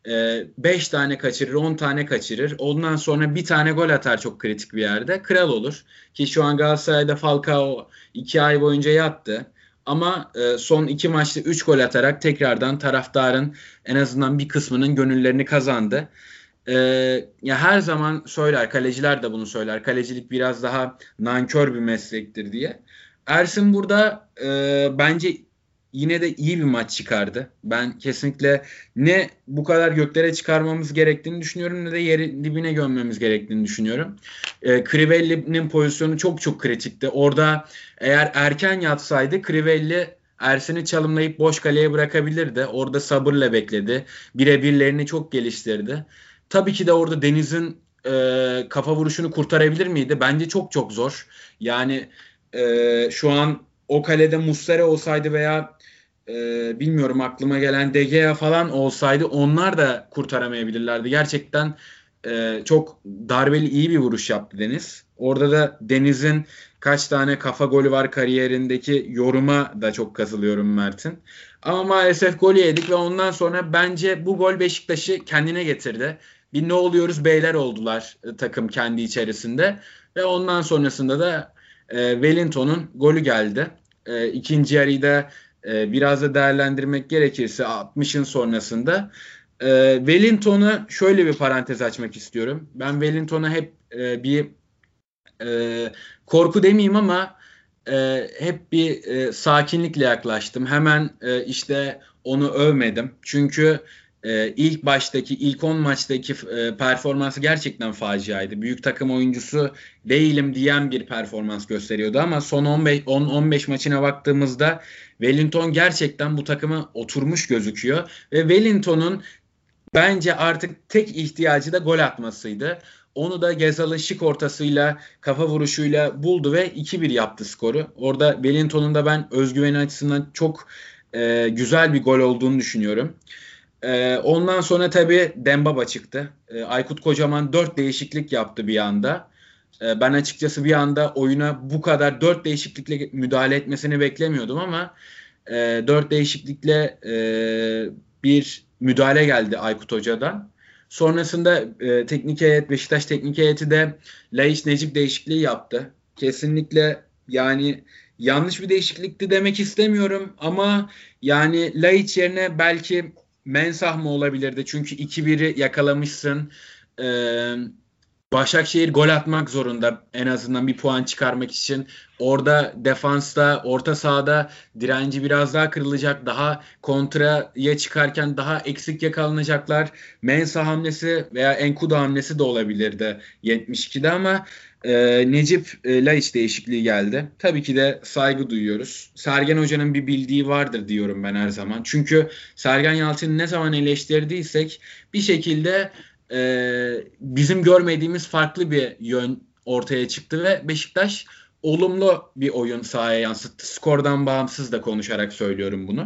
beş tane kaçırır, on tane kaçırır. Ondan sonra bir tane gol atar çok kritik bir yerde. Kral olur. Ki şu an Galatasaray'da Falcao iki ay boyunca yattı. Ama e, son iki maçta üç gol atarak tekrardan taraftarın en azından bir kısmının gönüllerini kazandı. E, ya her zaman söyler, kaleciler de bunu söyler. Kalecilik biraz daha nankör bir meslektir diye. Ersin burada e, bence yine de iyi bir maç çıkardı. Ben kesinlikle ne bu kadar göklere çıkarmamız gerektiğini düşünüyorum ne de yeri dibine gömmemiz gerektiğini düşünüyorum. E, Crivelli'nin pozisyonu çok çok kritikti. Orada eğer erken yatsaydı Crivelli Ersin'i çalımlayıp boş kaleye bırakabilirdi. Orada sabırla bekledi. Birebirlerini çok geliştirdi. Tabii ki de orada Deniz'in e, kafa vuruşunu kurtarabilir miydi? Bence çok çok zor. Yani e, şu an o kalede Muslera olsaydı veya e, bilmiyorum aklıma gelen De Gea falan olsaydı onlar da kurtaramayabilirlerdi. Gerçekten e, çok darbeli iyi bir vuruş yaptı Deniz. Orada da Deniz'in kaç tane kafa golü var kariyerindeki yoruma da çok katılıyorum Mert'in. Ama maalesef golü yedik ve ondan sonra bence bu gol Beşiktaş'ı kendine getirdi. Bir ne oluyoruz beyler oldular e, takım kendi içerisinde. Ve ondan sonrasında da e, Wellington'un golü geldi. E, ikinci yarıyı da e, biraz da değerlendirmek gerekirse altmışın sonrasında e, Wellington'a şöyle bir parantez açmak istiyorum. Ben Wellington'a hep e, bir e, korku demeyeyim ama e, hep bir e, sakinlikle yaklaştım. Hemen e, işte onu övmedim. Çünkü e, ilk baştaki, ilk on maçtaki e, performansı gerçekten faciaydı. Büyük takım oyuncusu değilim diyen bir performans gösteriyordu ama son on on on beş maçına baktığımızda Wellington gerçekten bu takıma oturmuş gözüküyor. Ve Wellington'un bence artık tek ihtiyacı da gol atmasıydı. Onu da Gezal'ın şık ortasıyla, kafa vuruşuyla buldu ve iki bir yaptı skoru. Orada Wellington'un da ben özgüveni açısından çok e, güzel bir gol olduğunu düşünüyorum. E, ondan sonra tabii Dembaba çıktı. E, Aykut Kocaman dört değişiklik yaptı bir anda. E, ben açıkçası bir anda oyuna bu kadar dört değişiklikle müdahale etmesini beklemiyordum ama e, dört değişiklikle e, bir müdahale geldi Aykut Hoca'dan. Sonrasında e, teknik heyet, Beşiktaş teknik heyeti de Laiç Necip değişikliği yaptı. Kesinlikle yani yanlış bir değişiklikti demek istemiyorum ama yani Laiç yerine belki Mensah mı olabilirdi? Çünkü iki biri yakalamışsın. Ee, Başakşehir gol atmak zorunda en azından bir puan çıkarmak için. Orada defansta, orta sahada direnci biraz daha kırılacak. Daha kontraya çıkarken daha eksik yakalanacaklar. Mensah hamlesi veya Enkudu hamlesi de olabilirdi yetmiş ikide ama e, Necip e, Laiç değişikliği geldi. Tabii ki de saygı duyuyoruz. Sergen Hoca'nın bir bildiği vardır diyorum ben her zaman. Çünkü Sergen Yalçın'ı ne zaman eleştirdiysek bir şekilde Ee, bizim görmediğimiz farklı bir yön ortaya çıktı ve Beşiktaş olumlu bir oyun sahaya yansıttı. Skordan bağımsız da konuşarak söylüyorum bunu.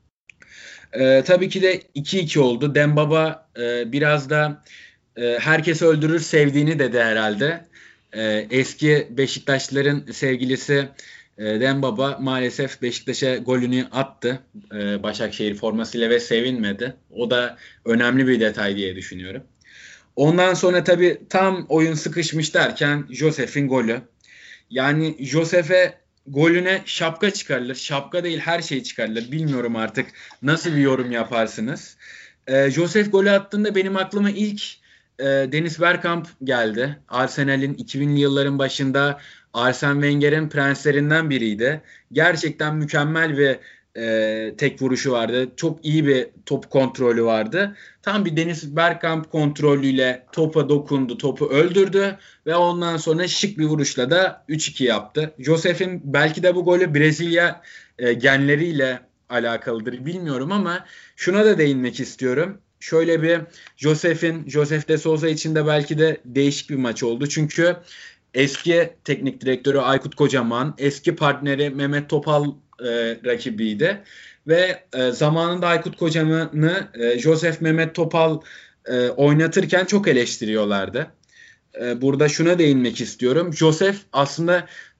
Ee, tabii ki de iki iki oldu. Dembaba e, biraz da e, herkes öldürür sevdiğini dedi herhalde. E, eski Beşiktaşlıların sevgilisi e, Dembaba maalesef Beşiktaş'a golünü attı. E, Başakşehir formasıyla ve sevinmedi. O da önemli bir detay diye düşünüyorum. Ondan sonra tabii tam oyun sıkışmış derken Josef'in golü. Yani Josef'e golüne şapka çıkarılır. Şapka değil her şey çıkarılır. Bilmiyorum artık nasıl bir yorum yaparsınız. Ee, Josef golü attığında benim aklıma ilk e, Dennis Bergkamp geldi. Arsenal'in iki binli yılların başında Arsene Wenger'in prenslerinden biriydi. Gerçekten mükemmel bir e, tek vuruşu vardı. Çok iyi bir top kontrolü vardı. Tam bir Dennis Bergkamp kontrolüyle topa dokundu, topu öldürdü ve ondan sonra şık bir vuruşla da üç iki yaptı. Josef'in belki de bu golü Brezilya e, genleriyle alakalıdır bilmiyorum ama şuna da değinmek istiyorum. Şöyle bir Josef'in, Josef de Souza için de belki de değişik bir maç oldu. Çünkü eski teknik direktörü Aykut Kocaman, eski partneri Mehmet Topal e, rakibiydi. Ve e, zamanında Aykut Kocaman'ı e, Josef Mehmet Topal e, oynatırken çok eleştiriyorlardı. E, burada şuna değinmek istiyorum. Josef aslında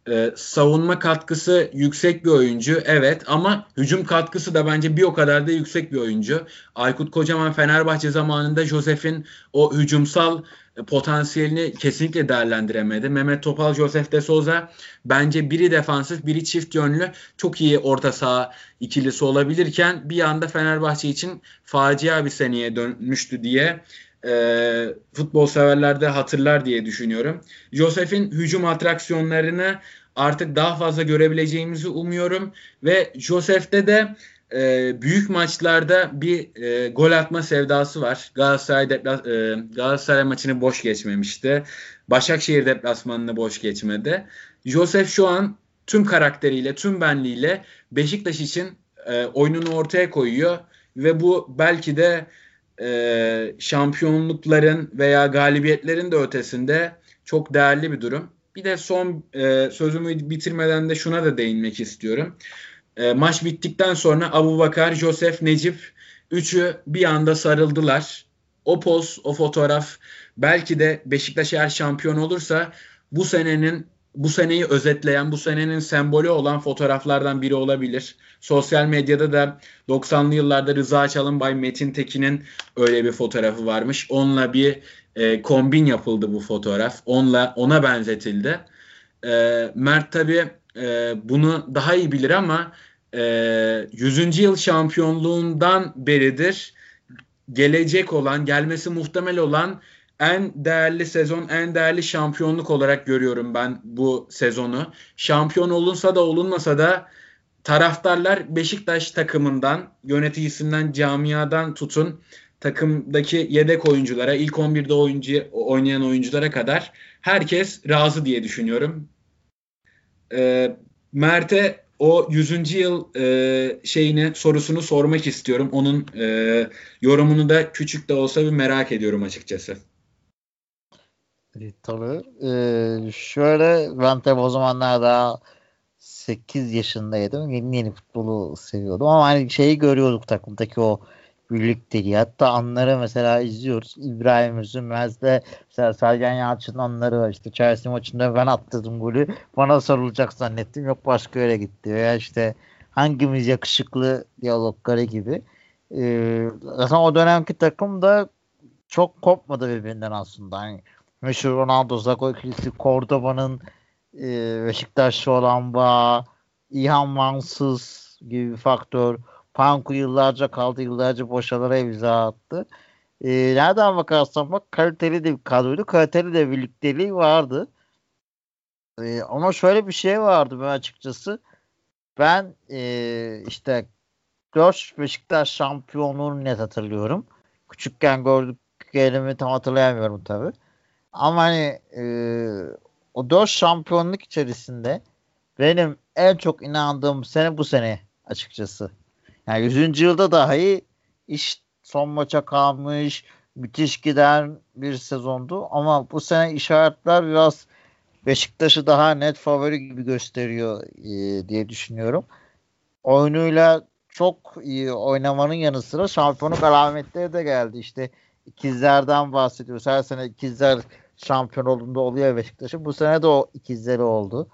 Ee, savunma katkısı yüksek bir oyuncu, evet, ama hücum katkısı da bence bir o kadar da yüksek bir oyuncu. Aykut Kocaman Fenerbahçe zamanında Josef'in o hücumsal potansiyelini kesinlikle değerlendiremedi. Mehmet Topal, Josef de Souza bence biri defansif, biri çift yönlü çok iyi orta saha ikilisi olabilirken bir anda Fenerbahçe için facia bir seneye dönmüştü diye e, futbol severler de hatırlar diye düşünüyorum. Josef'in hücum atraksiyonlarını artık daha fazla görebileceğimizi umuyorum ve Josef'te de e, büyük maçlarda bir e, gol atma sevdası var. Galatasaray depla- e, Galatasaray maçını boş geçmemişti. Başakşehir deplasmanını boş geçmedi. Josef şu an tüm karakteriyle, tüm benliğiyle Beşiktaş için e, oyununu ortaya koyuyor ve bu belki de e, şampiyonlukların veya galibiyetlerin de ötesinde çok değerli bir durum. Bir de son e, sözümü bitirmeden de şuna da değinmek istiyorum. E, maç bittikten sonra Abubakar, Josef, Necip üçü bir anda sarıldılar. O poz, o fotoğraf belki de Beşiktaş eğer şampiyon olursa bu senenin bu seneyi özetleyen, bu senenin sembolü olan fotoğraflardan biri olabilir. Sosyal medyada da doksanlı yıllarda Rıza Çalınbay, Metin Tekin'in öyle bir fotoğrafı varmış. Onunla bir e, kombin yapıldı bu fotoğraf. Onunla ona benzetildi. E, Mert tabii e, bunu daha iyi bilir ama e, yüzüncü yıl şampiyonluğundan beridir gelecek olan, gelmesi muhtemel olan en değerli sezon, en değerli şampiyonluk olarak görüyorum ben bu sezonu. Şampiyon olunsa da olunmasa da taraftarlar Beşiktaş takımından, yöneticisinden, camiadan tutun takımdaki yedek oyunculara, ilk on birde oyuncu oynayan oyunculara kadar herkes razı diye düşünüyorum. Ee, Mert'e o yüzüncü yıl e, şeyini sorusunu sormak istiyorum. Onun e, yorumunu da küçük de olsa bir merak ediyorum açıkçası. E, tabii. Ee, şöyle ben tabii o zamanlar daha sekiz yaşındaydım. Yeni yeni futbolu seviyordum ama hani şeyi görüyorduk takımdaki o birlikteliği. Hatta anları mesela izliyoruz. İbrahim Üzülmez'de mesela Sergen Yalçın'ın anları var. İşte Chelsea maçında ben attırdım golü. Bana sorulacak zannettim. Yok başka yere gitti. Veya işte hangimiz yakışıklı diyalogları gibi. Ee, zaten o dönemki takım da çok kopmadı birbirinden aslında. Hani meşhur Ronaldo Zago ikilisi, Cordoba'nın e, Beşiktaş'ta olan bağı, İlhan Mansız gibi bir faktör. Panku yıllarca kaldı, yıllarca boşalara imza attı. E, nereden bakarsan bak kaliteli de bir kadroydu, kaliteli de birlikteliği vardı. E, ama şöyle bir şey vardı ben açıkçası. Ben e, işte dört Beşiktaş şampiyonluğunu net hatırlıyorum. Küçükken gördüklerimi tam hatırlayamıyorum tabii. Ama hani e, o dört şampiyonluk içerisinde benim en çok inandığım sene bu sene açıkçası. Yani yüzüncü yılda dahi iş son maça kalmış, müthiş giden bir sezondu. Ama bu sene işaretler biraz Beşiktaş'ı daha net favori gibi gösteriyor e, diye düşünüyorum. Oyunuyla çok iyi oynamanın yanı sıra şampiyonluk alametleri de geldi. İşte ikizlerden bahsediyoruz. Her sene ikizler şampiyon olduğunda oluyor Beşiktaş'ın. Bu sene de o ikizleri oldu.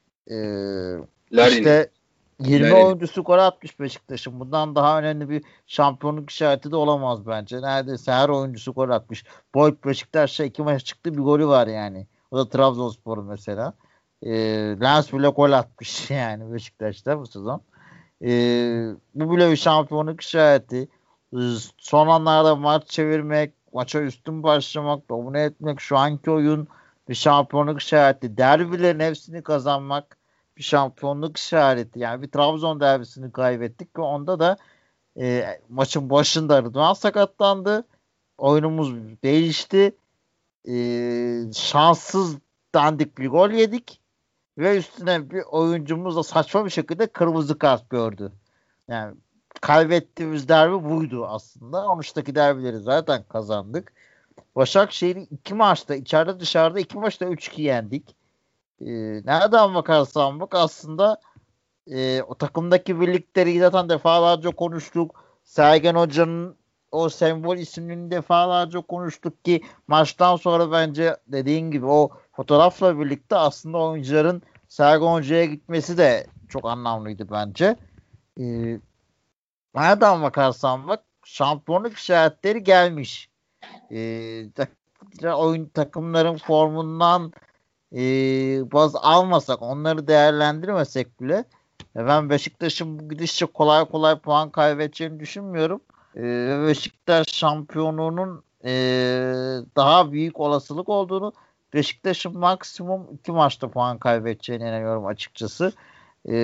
Ee, işte yirmi Larin. Oyuncusu gol atmış Beşiktaş'ın. Bundan daha önemli bir şampiyonluk işareti de olamaz bence. Neredeyse her oyuncusu gol atmış. Boyd Beşiktaş'ta iki maç çıktı, bir golü var yani. O da Trabzonspor'un mesela. Ee, Lens bile gol atmış yani Beşiktaş'ta bu sezon. Ee, bu bile bir şampiyonluk işareti. Son anlarda maç çevirmek, maça üstün başlamak, domine etmek, şu anki oyun bir şampiyonluk işareti. Derbilerin hepsini kazanmak bir şampiyonluk işareti. Yani bir Trabzon derbisini kaybettik ve onda da e, maçın başında Rıdvan sakatlandı. Oyunumuz değişti. E, şanssız dandik bir gol yedik. Ve üstüne bir oyuncumuz da saçma bir şekilde kırmızı kart gördü. Yani kaybettiğimiz derbi buydu aslında. on üçteki derbileri zaten kazandık. Başakşehir'i iki maçta içeride dışarıda iki maçta üç iki yendik. Ee, nereden bakarsan bak aslında e, o takımdaki birlikleri zaten defalarca konuştuk. Sergen Hoca'nın o sembol ismini defalarca konuştuk ki maçtan sonra bence dediğin gibi o fotoğrafla birlikte aslında oyuncuların Sergen Hoca'ya gitmesi de çok anlamlıydı bence. E, nereden bakarsan bak şampiyonluk işaretleri gelmiş. E, oyun takımların formundan e, baz almasak, onları değerlendirmesek bile ben Beşiktaş'ın bu gidişle kolay kolay puan kaybedeceğini düşünmüyorum. E, Beşiktaş şampiyonluğunun e, daha büyük olasılık olduğunu, Beşiktaş'ın maksimum iki maçta puan kaybedeceğine inanıyorum açıkçası. E,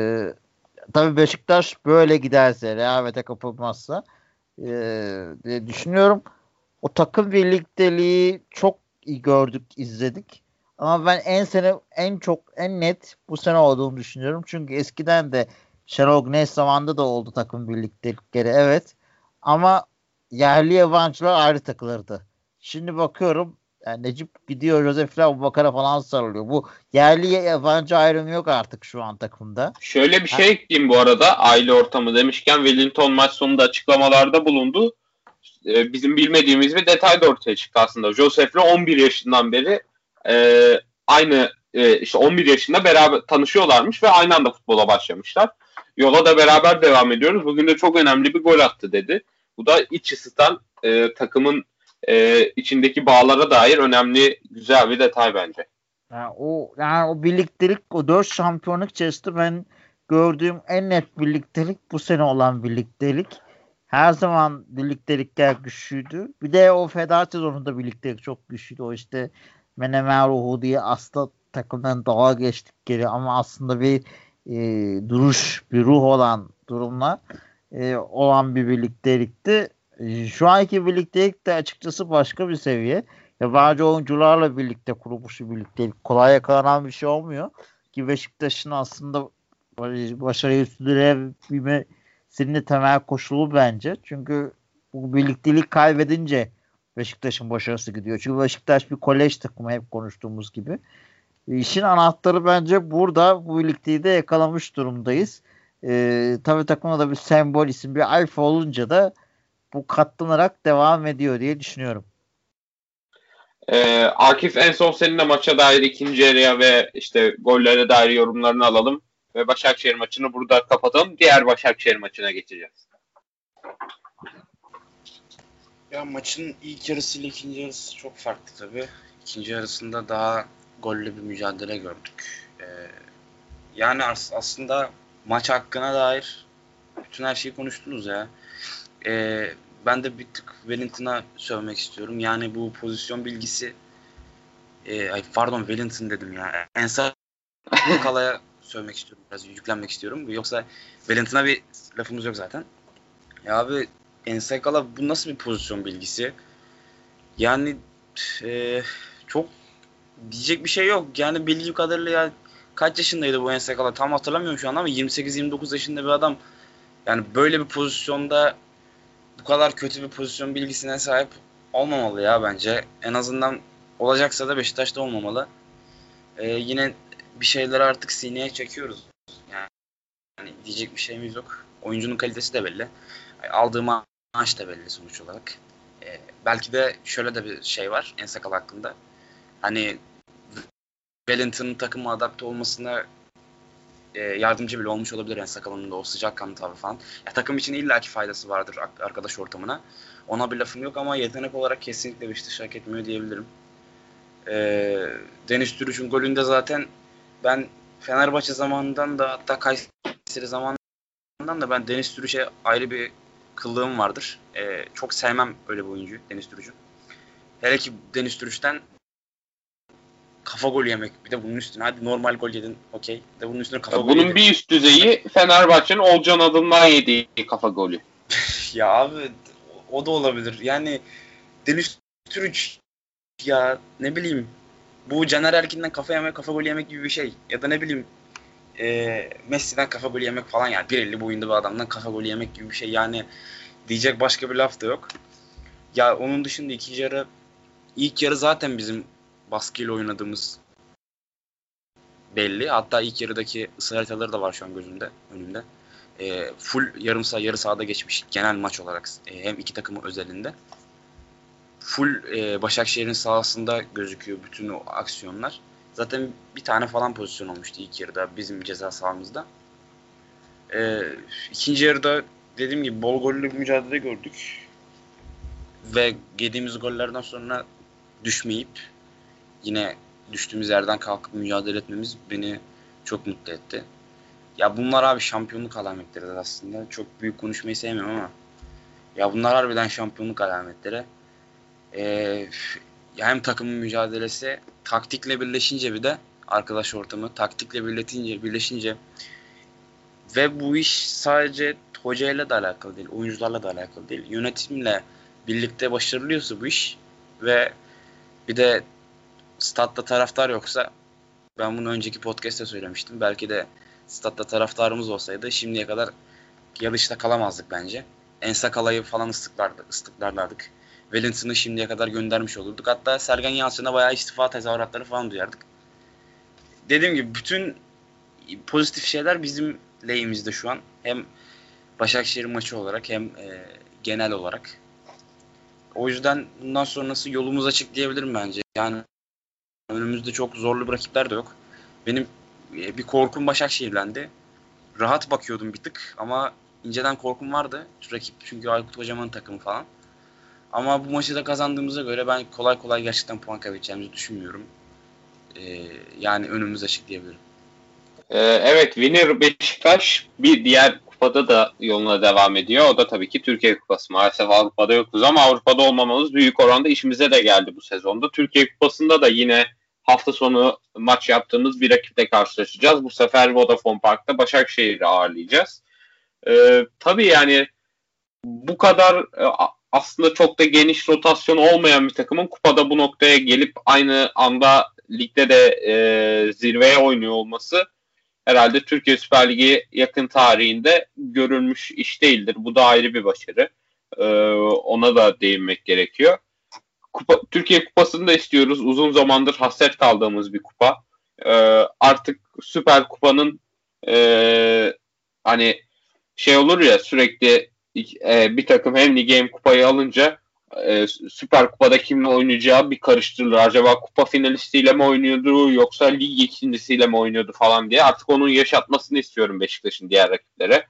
tabii Beşiktaş böyle giderse, rehavete kapılmazsa e, diye düşünüyorum. O takım birlikteliği çok iyi gördük, izledik. Ama ben en sene en çok en net bu sene olduğunu düşünüyorum. Çünkü eskiden de Şenol Güneş zamanında da oldu takım birliktelikleri, evet. Ama yerli yabancılar ayrı takılırdı. Şimdi bakıyorum yani Necip gidiyor, Josef Abubakar'a falan sarılıyor. Bu yerli yabancı ayrımı yok artık şu an takımda. Şöyle bir şey ekleyeyim bu arada, aile ortamı demişken, Wellington maç sonunda açıklamalarda bulundu. Ee, bizim bilmediğimiz bir detay da ortaya çıktı aslında. Josef'le on bir yaşından beri e, aynı e, işte on bir yaşında beraber tanışıyorlarmış ve aynı anda futbola başlamışlar. Yola da beraber devam ediyoruz. Bugün de çok önemli bir gol attı dedi. Bu da iç ısıtan e, takımın e, içindeki bağlara dair önemli, güzel bir detay bence. Yani o yani o birliktelik, o dört şampiyonluk içerisinde ben gördüğüm en net birliktelik bu sene olan birliktelik. Her zaman birliktelikler güçlüydü. Bir de o feda sezonunda birliktelik çok güçlüydü. O işte Menemen ruhu diye aslında takımdan daha geçtikleri ama aslında bir e, duruş, bir ruh olan durumla e, olan bir birliktelikti. E, şu anki birliktelik de açıkçası başka bir seviye. Yabancı oyuncularla birlikte kurulmuş bir birliktelik. Kolay yakalanan bir şey olmuyor. Ki Beşiktaş'ın aslında başarıyı sürdürebilmesinin de temel koşulu bence. Çünkü bu birliktelik kaybedince Beşiktaş'ın başarısı gidiyor. Çünkü Beşiktaş bir kolej takımı, hep konuştuğumuz gibi. İşin anahtarı bence burada, bu birlikteliği de yakalamış durumdayız. Ee, tabii takımda da bir sembol isim, bir alfa olunca da bu katlanarak devam ediyor diye düşünüyorum. Ee, Akif, en son seninle maça dair ikinci yarıya ve işte gollere dair yorumlarını alalım ve Başakşehir maçını burada kapatalım. Diğer Başakşehir maçına geçeceğiz. Ya maçın ilk yarısı ile ikinci yarısı çok farklı tabii. İkinci yarısında daha gollü bir mücadele gördük. Ee, yani as- aslında maç hakkına dair bütün her şeyi konuştunuz ya. Ee, ben de bir tık Wellington'a sövmek istiyorum. Yani bu pozisyon bilgisi e, ay pardon Wellington dedim ya. Ensar Kala'ya sövmek istiyorum. Biraz yüklenmek istiyorum. Yoksa Wellington'a bir lafımız yok zaten. Ya abi Ensar Kala bu nasıl bir pozisyon bilgisi? Yani e, çok diyecek bir şey yok. Yani bildiğim kadarıyla ya kaç yaşındaydı bu Ensar Kala tam hatırlamıyorum şu an ama yirmi sekiz yirmi dokuz yaşında bir adam. Yani böyle bir pozisyonda bu kadar kötü bir pozisyon bilgisine sahip olmamalı ya bence. En azından olacaksa da Beşiktaş'ta olmamalı. Ee, yine bir şeyleri artık sineye çekiyoruz. Yani, yani diyecek bir şeyimiz yok. Oyuncunun kalitesi de belli. Aldığı maaş da belli sonuç olarak. Ee, belki de şöyle de bir şey var Ensakal hakkında. Hani Wellington'ın takıma adapte olmasına e, yardımcı bile olmuş olabilir Ensakal'ın da o sıcakkanlı tavrı falan. Ya, takım için illaki faydası vardır arkadaş ortamına. Ona bir lafım yok ama yetenek olarak kesinlikle Beşiktaş hak etmiyor diyebilirim. Ee, Deniz Türüç'ün golünde zaten ben Fenerbahçe zamanından da hatta Kayseri zamanından da ben Deniz Türüç'e ayrı bir kıllığım vardır. Ee, çok sevmem öyle bir oyuncu Deniz Türüç'ü. Hele ki Deniz Türüç'ten kafa golü yemek. Bir de bunun üstüne hadi normal gol yedin okey. De bunun üstüne kafa ya golü bunun yedin. bir üst düzeyi Fenerbahçe'nin Olcan adından yediği kafa golü. Ya abi o da olabilir. Yani Deniz Türüç ya ne bileyim bu Caner Erkin'den kafa yemek, kafa golü yemek gibi bir şey. Ya da ne bileyim e, Messi'den kafa golü yemek falan yani. bir elli boyunda bir adamdan kafa golü yemek gibi bir şey. Yani diyecek başka bir laf da yok. Ya onun dışında ikinci yarı ilk yarı zaten bizim baskıyla oynadığımız belli. Hatta ilk yarıdaki ısı haritaları da var şu an gözümde, önümde. E, full yarım saha, yarı sahada geçmiş genel maç olarak e, hem iki takımı özelinde. Full e, Başakşehir'in sahasında gözüküyor bütün o aksiyonlar. Zaten bir tane falan pozisyon olmuştu ilk yarıda bizim ceza sahamızda. Ee, ikinci yarıda dediğim gibi bol gollü bir mücadele gördük. Ve yediğimiz gollerden sonra düşmeyip yine düştüğümüz yerden kalkıp mücadele etmemiz beni çok mutlu etti. Ya bunlar abi şampiyonluk alametleri aslında. Çok büyük konuşmayı sevmiyorum ama ya bunlar harbiden şampiyonluk alametleri. Ee, hem takımın mücadelesi taktikle birleşince bir de arkadaş ortamı taktikle birleşince birleşince ve bu iş sadece hocayla da alakalı değil, oyuncularla da alakalı değil. Yönetimle birlikte başarılıyorsa bu iş ve bir de statta taraftar yoksa, ben bunu önceki podcast'te söylemiştim. Belki de statta taraftarımız olsaydı şimdiye kadar yarışta kalamazdık bence. Ensakala'yı falan ıslıklardık, ıslıklarlardık. Wellington'ı şimdiye kadar göndermiş olurduk. Hatta Sergen Yalçın'a bayağı istifa tezahüratları falan duyardık. Dediğim gibi bütün pozitif şeyler bizim lehimizde şu an. Hem Başakşehir maçı olarak hem e, genel olarak. O yüzden bundan sonrası yolumuz açık diyebilirim bence. Yani önümüzde çok zorlu bir rakipler de yok. Benim e, bir korkum Başakşehir'lendi. Rahat bakıyordum bir tık ama inceden korkum vardı. Rakip çünkü Aykut Kocaman'ın takımı falan. Ama bu maçı da kazandığımıza göre ben kolay kolay gerçekten puan kaybedeceğimizi düşünmüyorum. Ee, yani önümüz açık diyebilirim. Ee, evet, Winner Beşiktaş bir diğer kupada da yoluna devam ediyor. O da tabii ki Türkiye Kupası. Maalesef Avrupa'da yokuz ama Avrupa'da olmamamız büyük oranda işimize de geldi bu sezonda. Türkiye Kupası'nda da yine hafta sonu maç yaptığımız bir rakiple karşılaşacağız. Bu sefer Vodafone Park'ta Başakşehir'i ağırlayacağız. Ee, tabii yani bu kadar aslında çok da geniş rotasyon olmayan bir takımın kupada bu noktaya gelip aynı anda ligde de e, zirveye oynuyor olması herhalde Türkiye Süper Ligi yakın tarihinde görülmüş iş değildir. Bu da ayrı bir başarı. Ee, ona da değinmek gerekiyor. Kupa, Türkiye Kupası'nı da istiyoruz. Uzun zamandır hasret kaldığımız bir kupa. Ee, artık Süper Kupa'nın e, hani şey olur ya, sürekli e, bir takım hem ligi hem kupayı alınca e, Süper Kupa'da kimle oynayacağı bir karıştırılır. Acaba kupa finalistiyle mi oynuyordu yoksa lig ikincisiyle mi oynuyordu falan diye. Artık onun yaşatmasını istiyorum Beşiktaş'ın diğer rakiplere.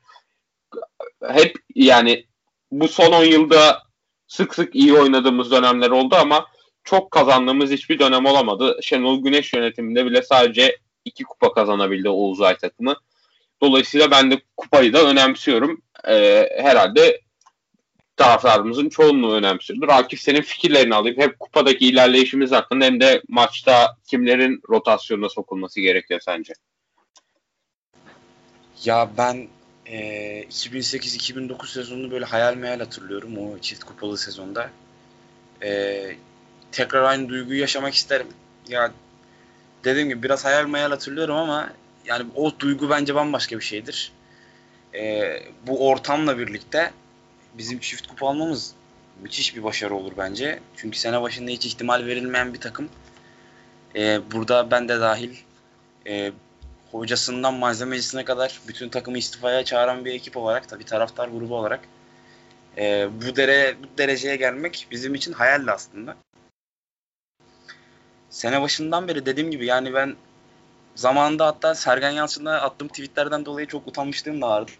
Hep yani bu son on yılda sık sık iyi oynadığımız dönemler oldu ama çok kazandığımız hiçbir dönem olamadı. Şenol Güneş yönetiminde bile sadece iki kupa kazanabildi o uzay takımı. Dolayısıyla ben de kupayı da önemsiyorum. Ee, herhalde taraftarımızın çoğunluğu önemsiyordur. Akif, senin fikirlerini alayım. Hem kupadaki ilerleyişimiz hakkında hem de maçta kimlerin rotasyonuna sokulması gerekiyor sence? Ya ben e, iki bin sekiz iki bin dokuz sezonunu böyle hayal meyal hatırlıyorum, o çift kupalı sezonda. E, tekrar aynı duyguyu yaşamak isterim. Ya dediğim gibi biraz hayal meyal hatırlıyorum ama yani o duygu bence bambaşka bir şeydir. E, bu ortamla birlikte bizim çift kupa almamız müthiş bir başarı olur bence. Çünkü sene başında hiç ihtimal verilmeyen bir takım. E, burada ben de dahil e, hocasından malzemecisine kadar bütün takımı istifaya çağıran bir ekip olarak, tabii taraftar grubu olarak e, bu, dere, bu dereceye gelmek bizim için hayaldi aslında. Sene başından beri dediğim gibi yani ben zamanında hatta Sergen Yalçın'a attığım tweetlerden dolayı çok utanmışlığım da vardır.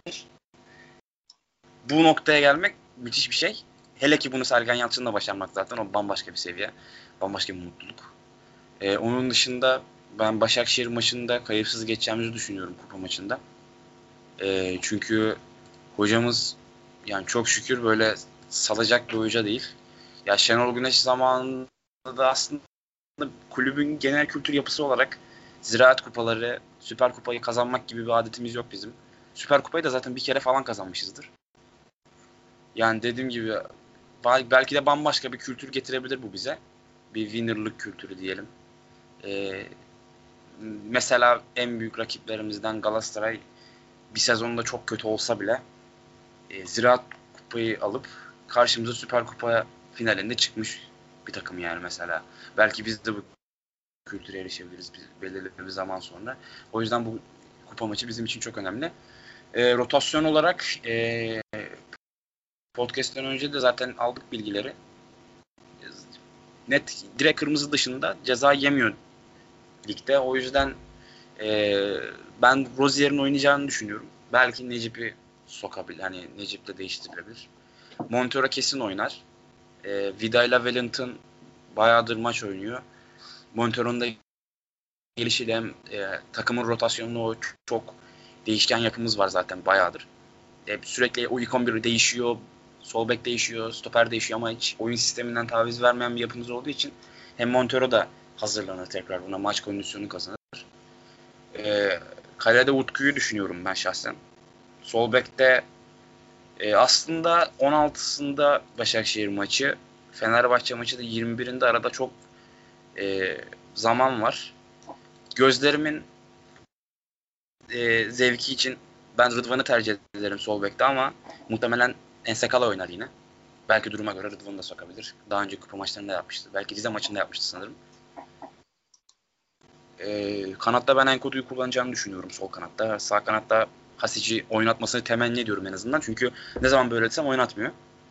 Bu noktaya gelmek müthiş bir şey. Hele ki bunu Sergen Yalçın'la başarmak zaten o bambaşka bir seviye. Bambaşka bir mutluluk. Ee, onun dışında ben Başakşehir maçında kayıpsız geçeceğimizi düşünüyorum kupa maçında. Ee, çünkü hocamız yani çok şükür böyle salacak bir hoca değil. Ya Şenol Güneş zamanında da aslında kulübün genel kültür yapısı olarak Ziraat Kupaları, Süper Kupayı kazanmak gibi bir adetimiz yok bizim. Süper Kupayı da zaten bir kere falan kazanmışızdır. Yani dediğim gibi belki de bambaşka bir kültür getirebilir bu bize. Bir winner'lık kültürü diyelim. Ee, mesela en büyük rakiplerimizden Galatasaray bir sezonda çok kötü olsa bile e, Ziraat Kupayı alıp karşımıza Süper Kupa finalinde çıkmış bir takım yani mesela. Belki biz de bu kültüre erişebiliriz belirli bir zaman sonra. O yüzden bu kupa maçı bizim için çok önemli. E, rotasyon olarak e, podcast'ten önce de zaten aldık bilgileri. Net direkt kırmızı dışında ceza yemiyor ligde. O yüzden e, ben Rozier'in oynayacağını düşünüyorum. Belki Necip'i sokabilir. Hani Necip'le değiştirilebilir. Montero kesin oynar. E, Vida ile Wellington bayağıdır maç oynuyor. Montero'nun da gelişiyle hem e, takımın rotasyonunu o çok değişken yapımız var zaten bayağıdır. E, sürekli o ilk on bir değişiyor. Sol bek değişiyor. Stoper değişiyor ama hiç oyun sisteminden taviz vermeyen bir yapımız olduğu için hem Montero da hazırlanır tekrar buna. Maç kondisyonu kazanır. E, kalede Utku'yu düşünüyorum ben şahsen. Sol bekte e, aslında on altısında Başakşehir maçı, Fenerbahçe maçı da yirmi birinde arada çok e, zaman var. Gözlerimin e, zevki için ben Rıdvan'ı tercih ederim sol bekte ama muhtemelen Ensekala oynar yine. Belki duruma göre Rıdvan'ı da sokabilir. Daha önce kupa maçlarında yapmıştı. Belki Rize maçında yapmıştı sanırım. E, kanatta ben Enkodu'yu kullanacağını düşünüyorum sol kanatta. Sağ kanatta Hasic'i oynatmasını temenni ediyorum en azından. Çünkü ne zaman böyle etsem oynatmıyor.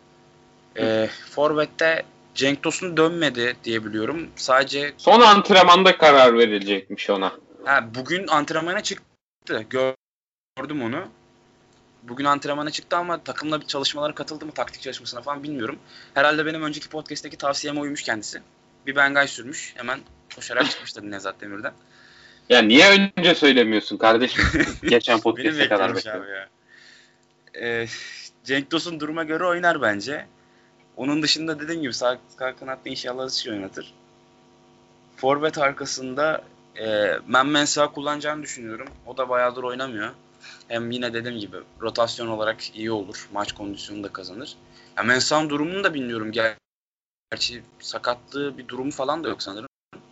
E, Forvet'te Cenk Tosun dönmedi diye biliyorum. Sadece son antrenmanda karar verilecekmiş ona. Ha, bugün antrenmana çıktı. Gördüm onu. Bugün antrenmana çıktı ama takımla bir çalışmalara katıldı mı, taktik çalışmasına falan bilmiyorum. Herhalde benim önceki podcast'teki tavsiyeme uymuş kendisi. Bir bengay sürmüş. Hemen koşarak çıkmıştı Nevzat Demir'den. Ya niye önce söylemiyorsun kardeşim? Geçen podcast'e kadar bekliyorum. Ya. Ee, Cenk Tosun duruma göre oynar bence. Onun dışında dediğim gibi sağ, sağ kanatta inşallah Hasic'i oynatır. Forvet arkasında e, ben Mensah'ı kullanacağını düşünüyorum. O da bayağıdır oynamıyor. Hem yine dediğim gibi rotasyon olarak iyi olur. Maç kondisyonu da kazanır. Ya Mensah'ın durumunu da bilmiyorum. Gerçi sakatlığı bir durumu falan da yok sanırım.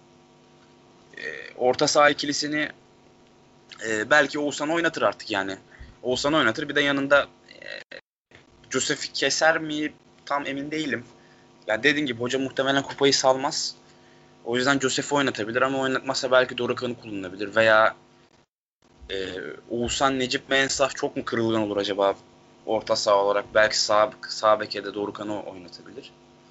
E, orta saha ikilisini e, belki Oğuzhan oynatır artık yani. Oğuzhan oynatır. Bir de yanında e, Josef'i keser mi tam emin değilim. Ya dediğim gibi hoca muhtemelen kupayı salmaz. O yüzden Josef'i oynatabilir ama oynatmazsa belki Dorukhan'ı kullanabilir veya e, Oğuzhan, Necip, Mensah çok mu kırılgan olur acaba orta saha olarak? Belki sağ, sağ beke de Dorukhan'ı oynatabilir.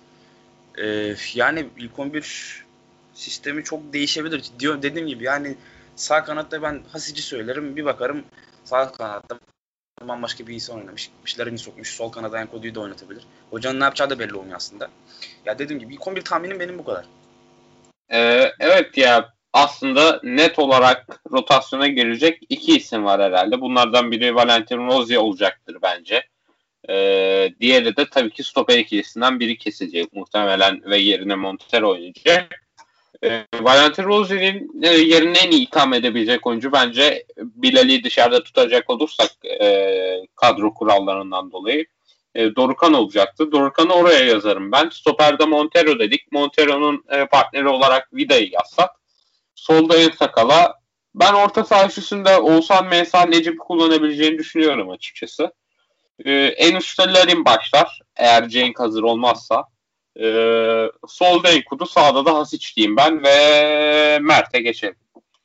E, yani ilk on bir sistemi çok değişebilir. Diyor, dediğim gibi yani sağ kanatta ben Hasic'i söylerim. Bir bakarım sağ kanatta bambaşka bir insan oynamış. Bir şeylerini sokmuş. Sol kanada Enkodu'yu da oynatabilir. Hocanın ne yapacağı da belli olmuyor aslında. Ya dediğim gibi ilk on bir tahminim benim bu kadar. Ee, evet ya aslında net olarak rotasyona girecek iki isim var herhalde. Bunlardan biri Valentin Rozier olacaktır bence. Ee, diğeri de tabii ki stoper ikilisinden biri kesecek muhtemelen ve yerine Montero oynayacak. Ee, Valentin Rozier'in e, yerine en iyi ikame edebilecek oyuncu bence Bilal'i dışarıda tutacak olursak e, kadro kurallarından dolayı e, Dorukhan olacaktı. Dorukhan'ı oraya yazarım ben. Stoper'de Montero dedik. Montero'nun e, partneri olarak Vida'yı yazsak. Solda Ensakala. Ben orta saha üstünde Oğuzhan, Mensah, Necip'i kullanabileceğini düşünüyorum açıkçası. E, en üstte Larin başlar. Eğer Cenk hazır olmazsa. E, solda Enkudu, sağda da Hasic diyeyim ben ve Mert'e geçelim.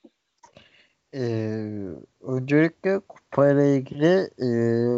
Ee, öncelikle kupayla ilgili e,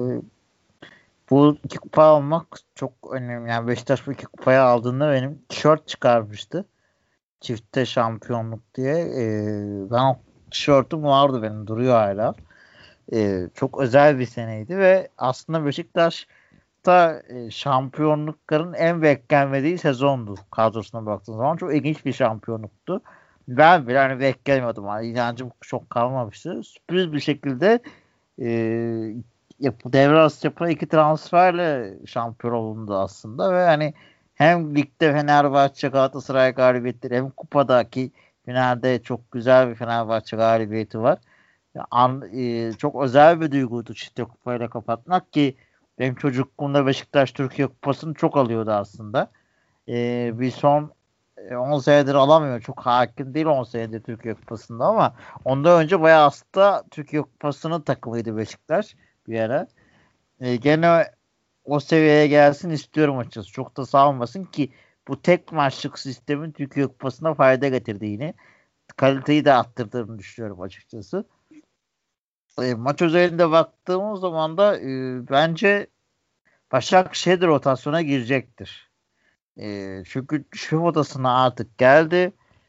bu iki kupa almak çok önemli. Yani Beşiktaş bu iki kupayı aldığında benim tişört çıkarmıştı. Çifte şampiyonluk diye. Ee, ben o tişörtüm vardı benim. Duruyor hala. Ee, çok özel bir seneydi ve aslında Beşiktaş'ta e, şampiyonlukların en beklenmediği sezondu kadrosuna baktığın zaman. Çok ilginç bir şampiyonluktu. Ben bile hani beklemiyordum. Yani inancım çok kalmamıştı. Sürpriz bir şekilde e, yapı, devre arası yapılan iki transferle şampiyon olundu aslında ve hani hem ligde Fenerbahçe Galatasaray galibiyetleri hem kupadaki finalde çok güzel bir Fenerbahçe galibiyeti var. An, e, çok özel bir duyguydu çifte kupayla kapatmak ki benim çocukluğumda Beşiktaş Türkiye Kupası'nı çok alıyordu aslında. E, bir son on senedir alamıyor. Çok hakim değil on senedir Türkiye Kupası'nda ama ondan önce bayağı aslında Türkiye Kupası'nın takımıydı Beşiktaş bir ara. E, gene o seviyeye gelsin istiyorum açıkçası. Çok da sağlamasın ki bu tek maçlık sistemin Türkiye Kupası'na fayda getirdi yine. Kaliteyi de arttırdığını düşünüyorum açıkçası. E, maç özelinde baktığımız zaman da e, bence Başakşehir rotasyona girecektir. E, çünkü şef odasına artık geldi.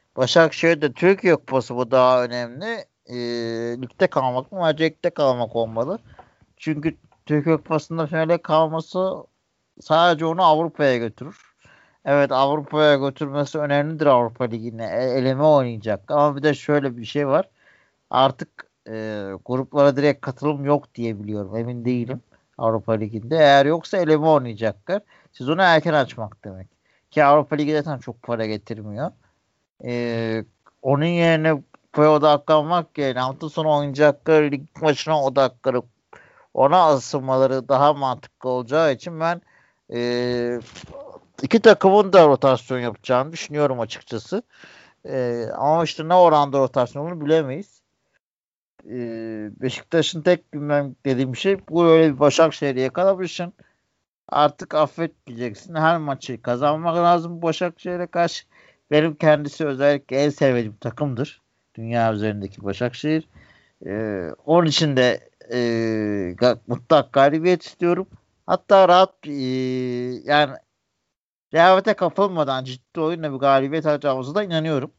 Başakşehir'de Türkiye Kupası bu daha önemli. E, ligde kalmak mı? Bence ligde kalmak olmalı. Çünkü Türkiye Kupası'nda finale kalması sadece onu Avrupa'ya götürür. Evet, Avrupa'ya götürmesi önemlidir Avrupa Ligi'ne. E, eleme oynayacak. Ama bir de şöyle bir şey var. Artık e, gruplara direkt katılım yok diye biliyorum. Emin değilim Avrupa Ligi'nde. Eğer yoksa eleme oynayacaklar. Sezonu erken açmak demek. Ki Avrupa Ligi zaten çok para getirmiyor. E, onun yerine kupaya odaklanmak yerine hafta sonu oynayacakları lig maçına odaklanıp ona asılmaları daha mantıklı olacağı için ben e, iki takımın da rotasyon yapacağını düşünüyorum açıkçası. E, ama işte ne oranda rotasyon olduğunu bilemeyiz. E, Beşiktaş'ın tek bilmem dediğim şey bu, öyle bir Başakşehir'e yakalamışsın. Artık affetmeyeceksin. Her maçı kazanmak lazım Başakşehir'e karşı. Benim kendisi özellikle en sevdiğim takımdır. Dünya üzerindeki Başakşehir. E, onun için de e, mutlak galibiyet istiyorum. Hatta rahat e, yani rehavete kapılmadan ciddi oyunla bir galibiyet alacağımıza da inanıyorum.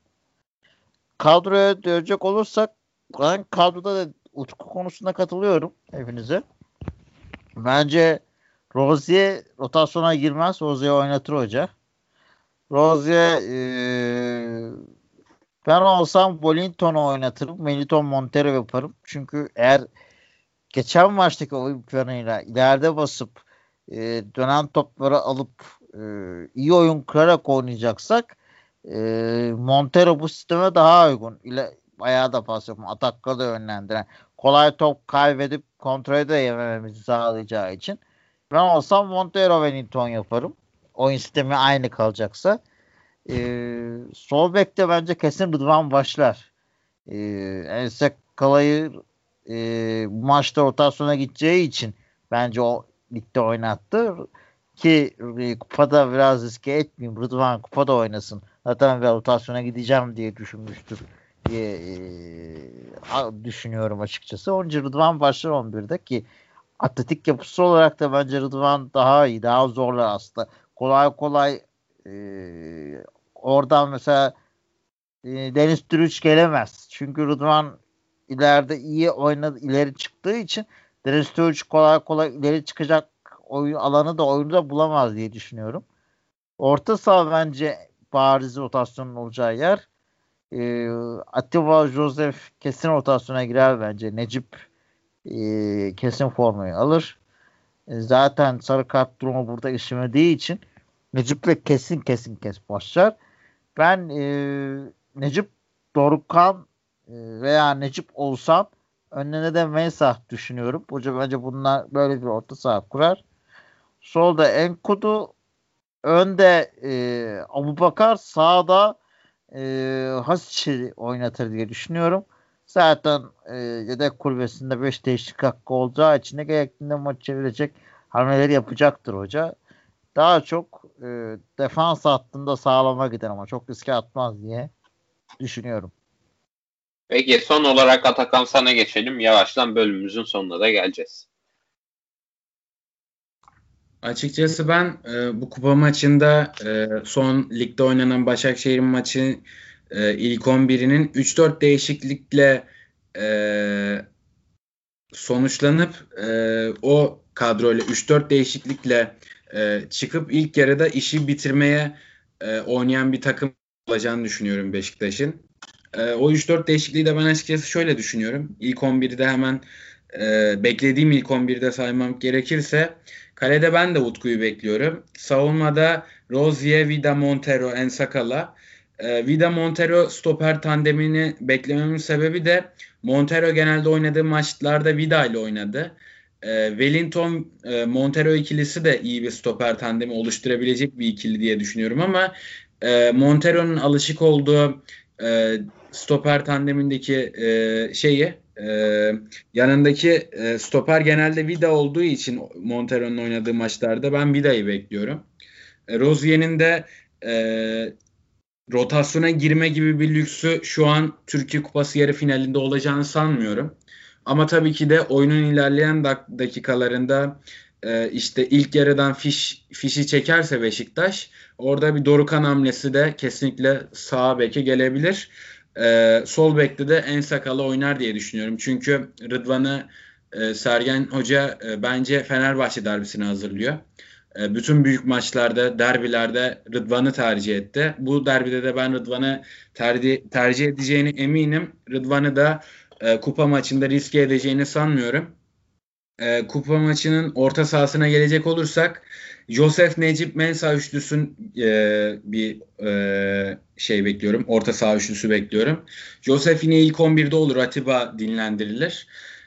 Kadroya dönecek olursak ben kadroda da Utku konusunda katılıyorum hepinize. Bence Rozier rotasyona girmez. Rozier'i oynatır hoca. Rozier ee, ben olsam Wellington'u oynatırım. Melito Montero yaparım. Çünkü eğer geçen maçtaki oyun planıyla ileride basıp e, dönen topları alıp e, iyi oyun kurarak oynayacaksak e, Montero bu sisteme daha uygun. İle, bayağı da pas yapma, atakla da yönlendiren, kolay top kaybedip kontrolü de yemememizi sağlayacağı için ben olsam Montero Wellington yaparım. Oyun sistemi aynı kalacaksa. E, sol bekte bence kesin Rıdvan başlar. E, Ensek Kalay'ı e, bu maçta rotasyona gideceği için bence o ligde oynattı. Ki e, kupada biraz riske etmeyeyim. Rıdvan kupada oynasın. Zaten ben rotasyona gideceğim diye düşünmüştür diye e, düşünüyorum açıkçası. Onun için Rıdvan başlar on birde ki atletik yapısı olarak da bence Rıdvan daha iyi. Daha zorlar aslında. Kolay kolay e, oradan mesela e, Deniz Türüç gelemez. Çünkü Rıdvan ileride iyi oynadı, ileri çıktığı için Deniz Türüç kolay kolay ileri çıkacak oyun alanı da oyunu da bulamaz diye düşünüyorum. Orta saha bence bariz rotasyonun olacağı yer. E, Atiba Joseph kesin rotasyona girer bence. Necip e, kesin formayı alır. E, zaten sarı kart durumu burada işlemediği için Necip'le kesin kesin kes başlar. Ben e, Necip Dorukhan e, veya Necip olsam önüne de Mensah düşünüyorum. Hoca bence bunlar böyle bir orta saha kurar. Solda Enkudu, önde e, Abubakar, sağda e, Hasic'i oynatır diye düşünüyorum. Zaten e, yedek kulübesinde beş değişiklik hakkı olacağı için de gerektiğinde maç çevirecek hamleleri yapacaktır hoca. Daha çok e, defans hattında sağlama gider ama çok riske atmaz diye düşünüyorum. Peki son olarak Atakan sana geçelim. Yavaştan bölümümüzün sonuna da geleceğiz. Açıkçası ben e, bu kupa maçında e, son ligde oynanan Başakşehir maçı e, ilk on birinin üç dört değişiklikle e, sonuçlanıp e, o kadroyla üç dört değişiklikle e, çıkıp ilk yarıda işi bitirmeye e, oynayan bir takım olacağını düşünüyorum Beşiktaş'ın. E, o üç dört değişikliği de ben açıkçası şöyle düşünüyorum. İlk on birde hemen e, beklediğim ilk on birde saymam gerekirse kalede ben de Utku'yu bekliyorum. Savunmada Rozier, Vida, Montero, Ensakala. E, Vida Montero stoper tandemini beklememin sebebi de Montero genelde oynadığı maçlarda Vida ile oynadı. E, Wellington e, Montero ikilisi de iyi bir stoper tandemi oluşturabilecek bir ikili diye düşünüyorum ama e, Montero'nun alışık olduğu e, stoper tandemindeki e, şeyi e, yanındaki e, stoper genelde Vida olduğu için Montero'nun oynadığı maçlarda ben Vida'yı bekliyorum. E, Rozier'in de e, rotasyona girme gibi bir lüksü şu an Türkiye Kupası yarı finalinde olacağını sanmıyorum. Ama tabii ki de oyunun ilerleyen dak- dakikalarında e, işte ilk yarıdan fiş fişi çekerse Beşiktaş, orada bir Dorukhan hamlesi de kesinlikle sağ beke gelebilir. E, sol bekte de En Sakala oynar diye düşünüyorum. Çünkü Rıdvan'ı e, Sergen Hoca e, bence Fenerbahçe derbisine hazırlıyor. E, bütün büyük maçlarda, derbilerde Rıdvan'ı tercih etti. Bu derbide de ben Rıdvan'ı tercih, tercih edeceğini eminim. Rıdvan'ı da e, kupa maçında riske edeceğini sanmıyorum. E, kupa maçının orta sahasına gelecek olursak, Josef Necip Mensah üçlüsün e, bir e, şey bekliyorum. Orta saha üçlüsü bekliyorum. Josef yine ilk on birde olur. Atiba dinlendirilir.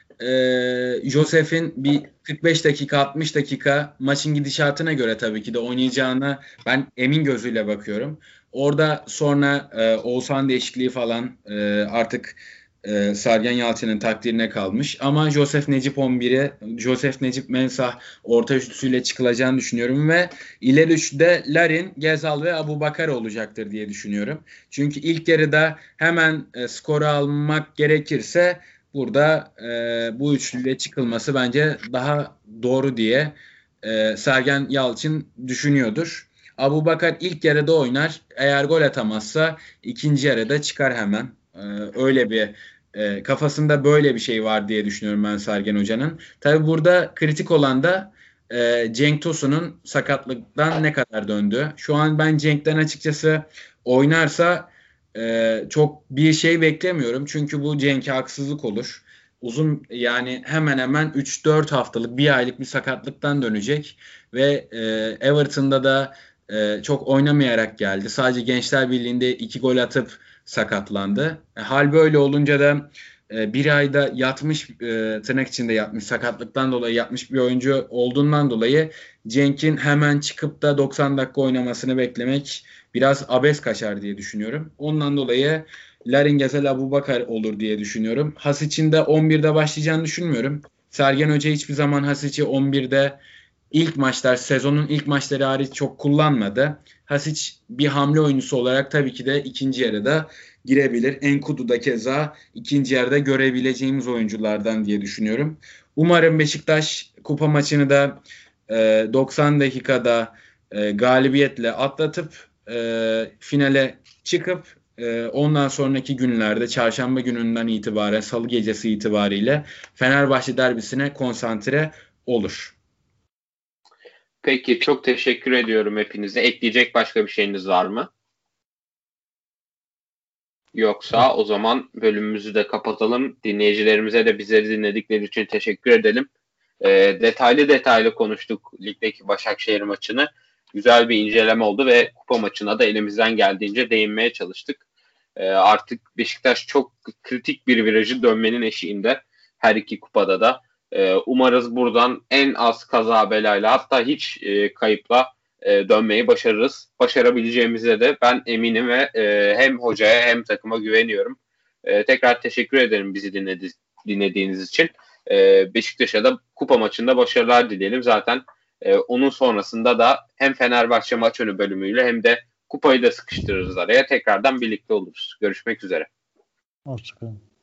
E, Josef'in bir kırk beş dakika altmış dakika maçın gidişatına göre tabii ki de oynayacağına ben emin gözüyle bakıyorum. Orada sonra e, Oğuzhan değişikliği falan e, artık e, Sergen Yalçın'ın takdirine kalmış. Ama Josef Necip on biri, Josef Necip Mensah orta üçlüsüyle çıkılacağını düşünüyorum ve ileri üçlüde Larin, Gezal ve Abubakar olacaktır diye düşünüyorum. Çünkü ilk yarıda hemen e, skoru almak gerekirse burada e, bu üçlüyle çıkılması bence daha doğru diye e, Sergen Yalçın düşünüyordur. Abubakar ilk yarıda oynar. Eğer gol atamazsa ikinci yarıda çıkar hemen. E, öyle bir e, kafasında böyle bir şey var diye düşünüyorum ben Sergen Hoca'nın. Tabii burada kritik olan da e, Cenk Tosun'un sakatlıktan ne kadar döndü. Şu an ben Cenk'ten açıkçası oynarsa e, çok bir şey beklemiyorum. Çünkü bu Cenk'e haksızlık olur. Uzun, yani hemen hemen üç dört haftalık, bir aylık bir sakatlıktan dönecek ve e, Everton'da da e, çok oynamayarak geldi. Sadece Gençler Birliği'nde iki gol atıp sakatlandı. E, hal böyle olunca da e, bir ayda yatmış, e, tırnak içinde yatmış, sakatlıktan dolayı yatmış bir oyuncu olduğundan dolayı Cenk'in hemen çıkıp da doksan dakika oynamasını beklemek biraz abes kaçar diye düşünüyorum. Ondan dolayı Larin, Gezal, Abubakar olur diye düşünüyorum. Hasic'in de on birde başlayacağını düşünmüyorum. Sergen Hoca hiçbir zaman Hasic'i on birde ilk maçlar, sezonun ilk maçları hariç çok kullanmadı. Hasic bir hamle oyuncusu olarak tabii ki de ikinci yarıda girebilir. Enkudu da keza ikinci yarıda görebileceğimiz oyunculardan diye düşünüyorum. Umarım Beşiktaş kupa maçını da e, doksan dakikada e, galibiyetle atlatıp e, finale çıkıp e, ondan sonraki günlerde, çarşamba gününden itibaren, salı gecesi itibariyle Fenerbahçe derbisine konsantre olur. Peki, çok teşekkür ediyorum hepinize. Ekleyecek başka bir şeyiniz var mı? Yoksa o zaman bölümümüzü de kapatalım. Dinleyicilerimize de bizleri dinledikleri için teşekkür edelim. E, detaylı detaylı konuştuk ligdeki Başakşehir maçını. Güzel bir inceleme oldu ve kupa maçına da elimizden geldiğince değinmeye çalıştık. E, artık Beşiktaş çok kritik bir virajı dönmenin eşiğinde. Her iki kupada da. E, umarız buradan en az kaza belayla, hatta hiç e, kayıpla e, dönmeyi başarırız. Başarabileceğimize de ben eminim ve e, hem hocaya hem takıma güveniyorum. E, tekrar teşekkür ederim bizi dinledi, dinlediğiniz için. E, Beşiktaş'a da kupa maçında başarılar dileyelim. Zaten e, onun sonrasında da hem Fenerbahçe maç önü bölümüyle hem de kupayı da sıkıştırırız araya. Tekrardan birlikte oluruz. Görüşmek üzere. Hoşçakalın.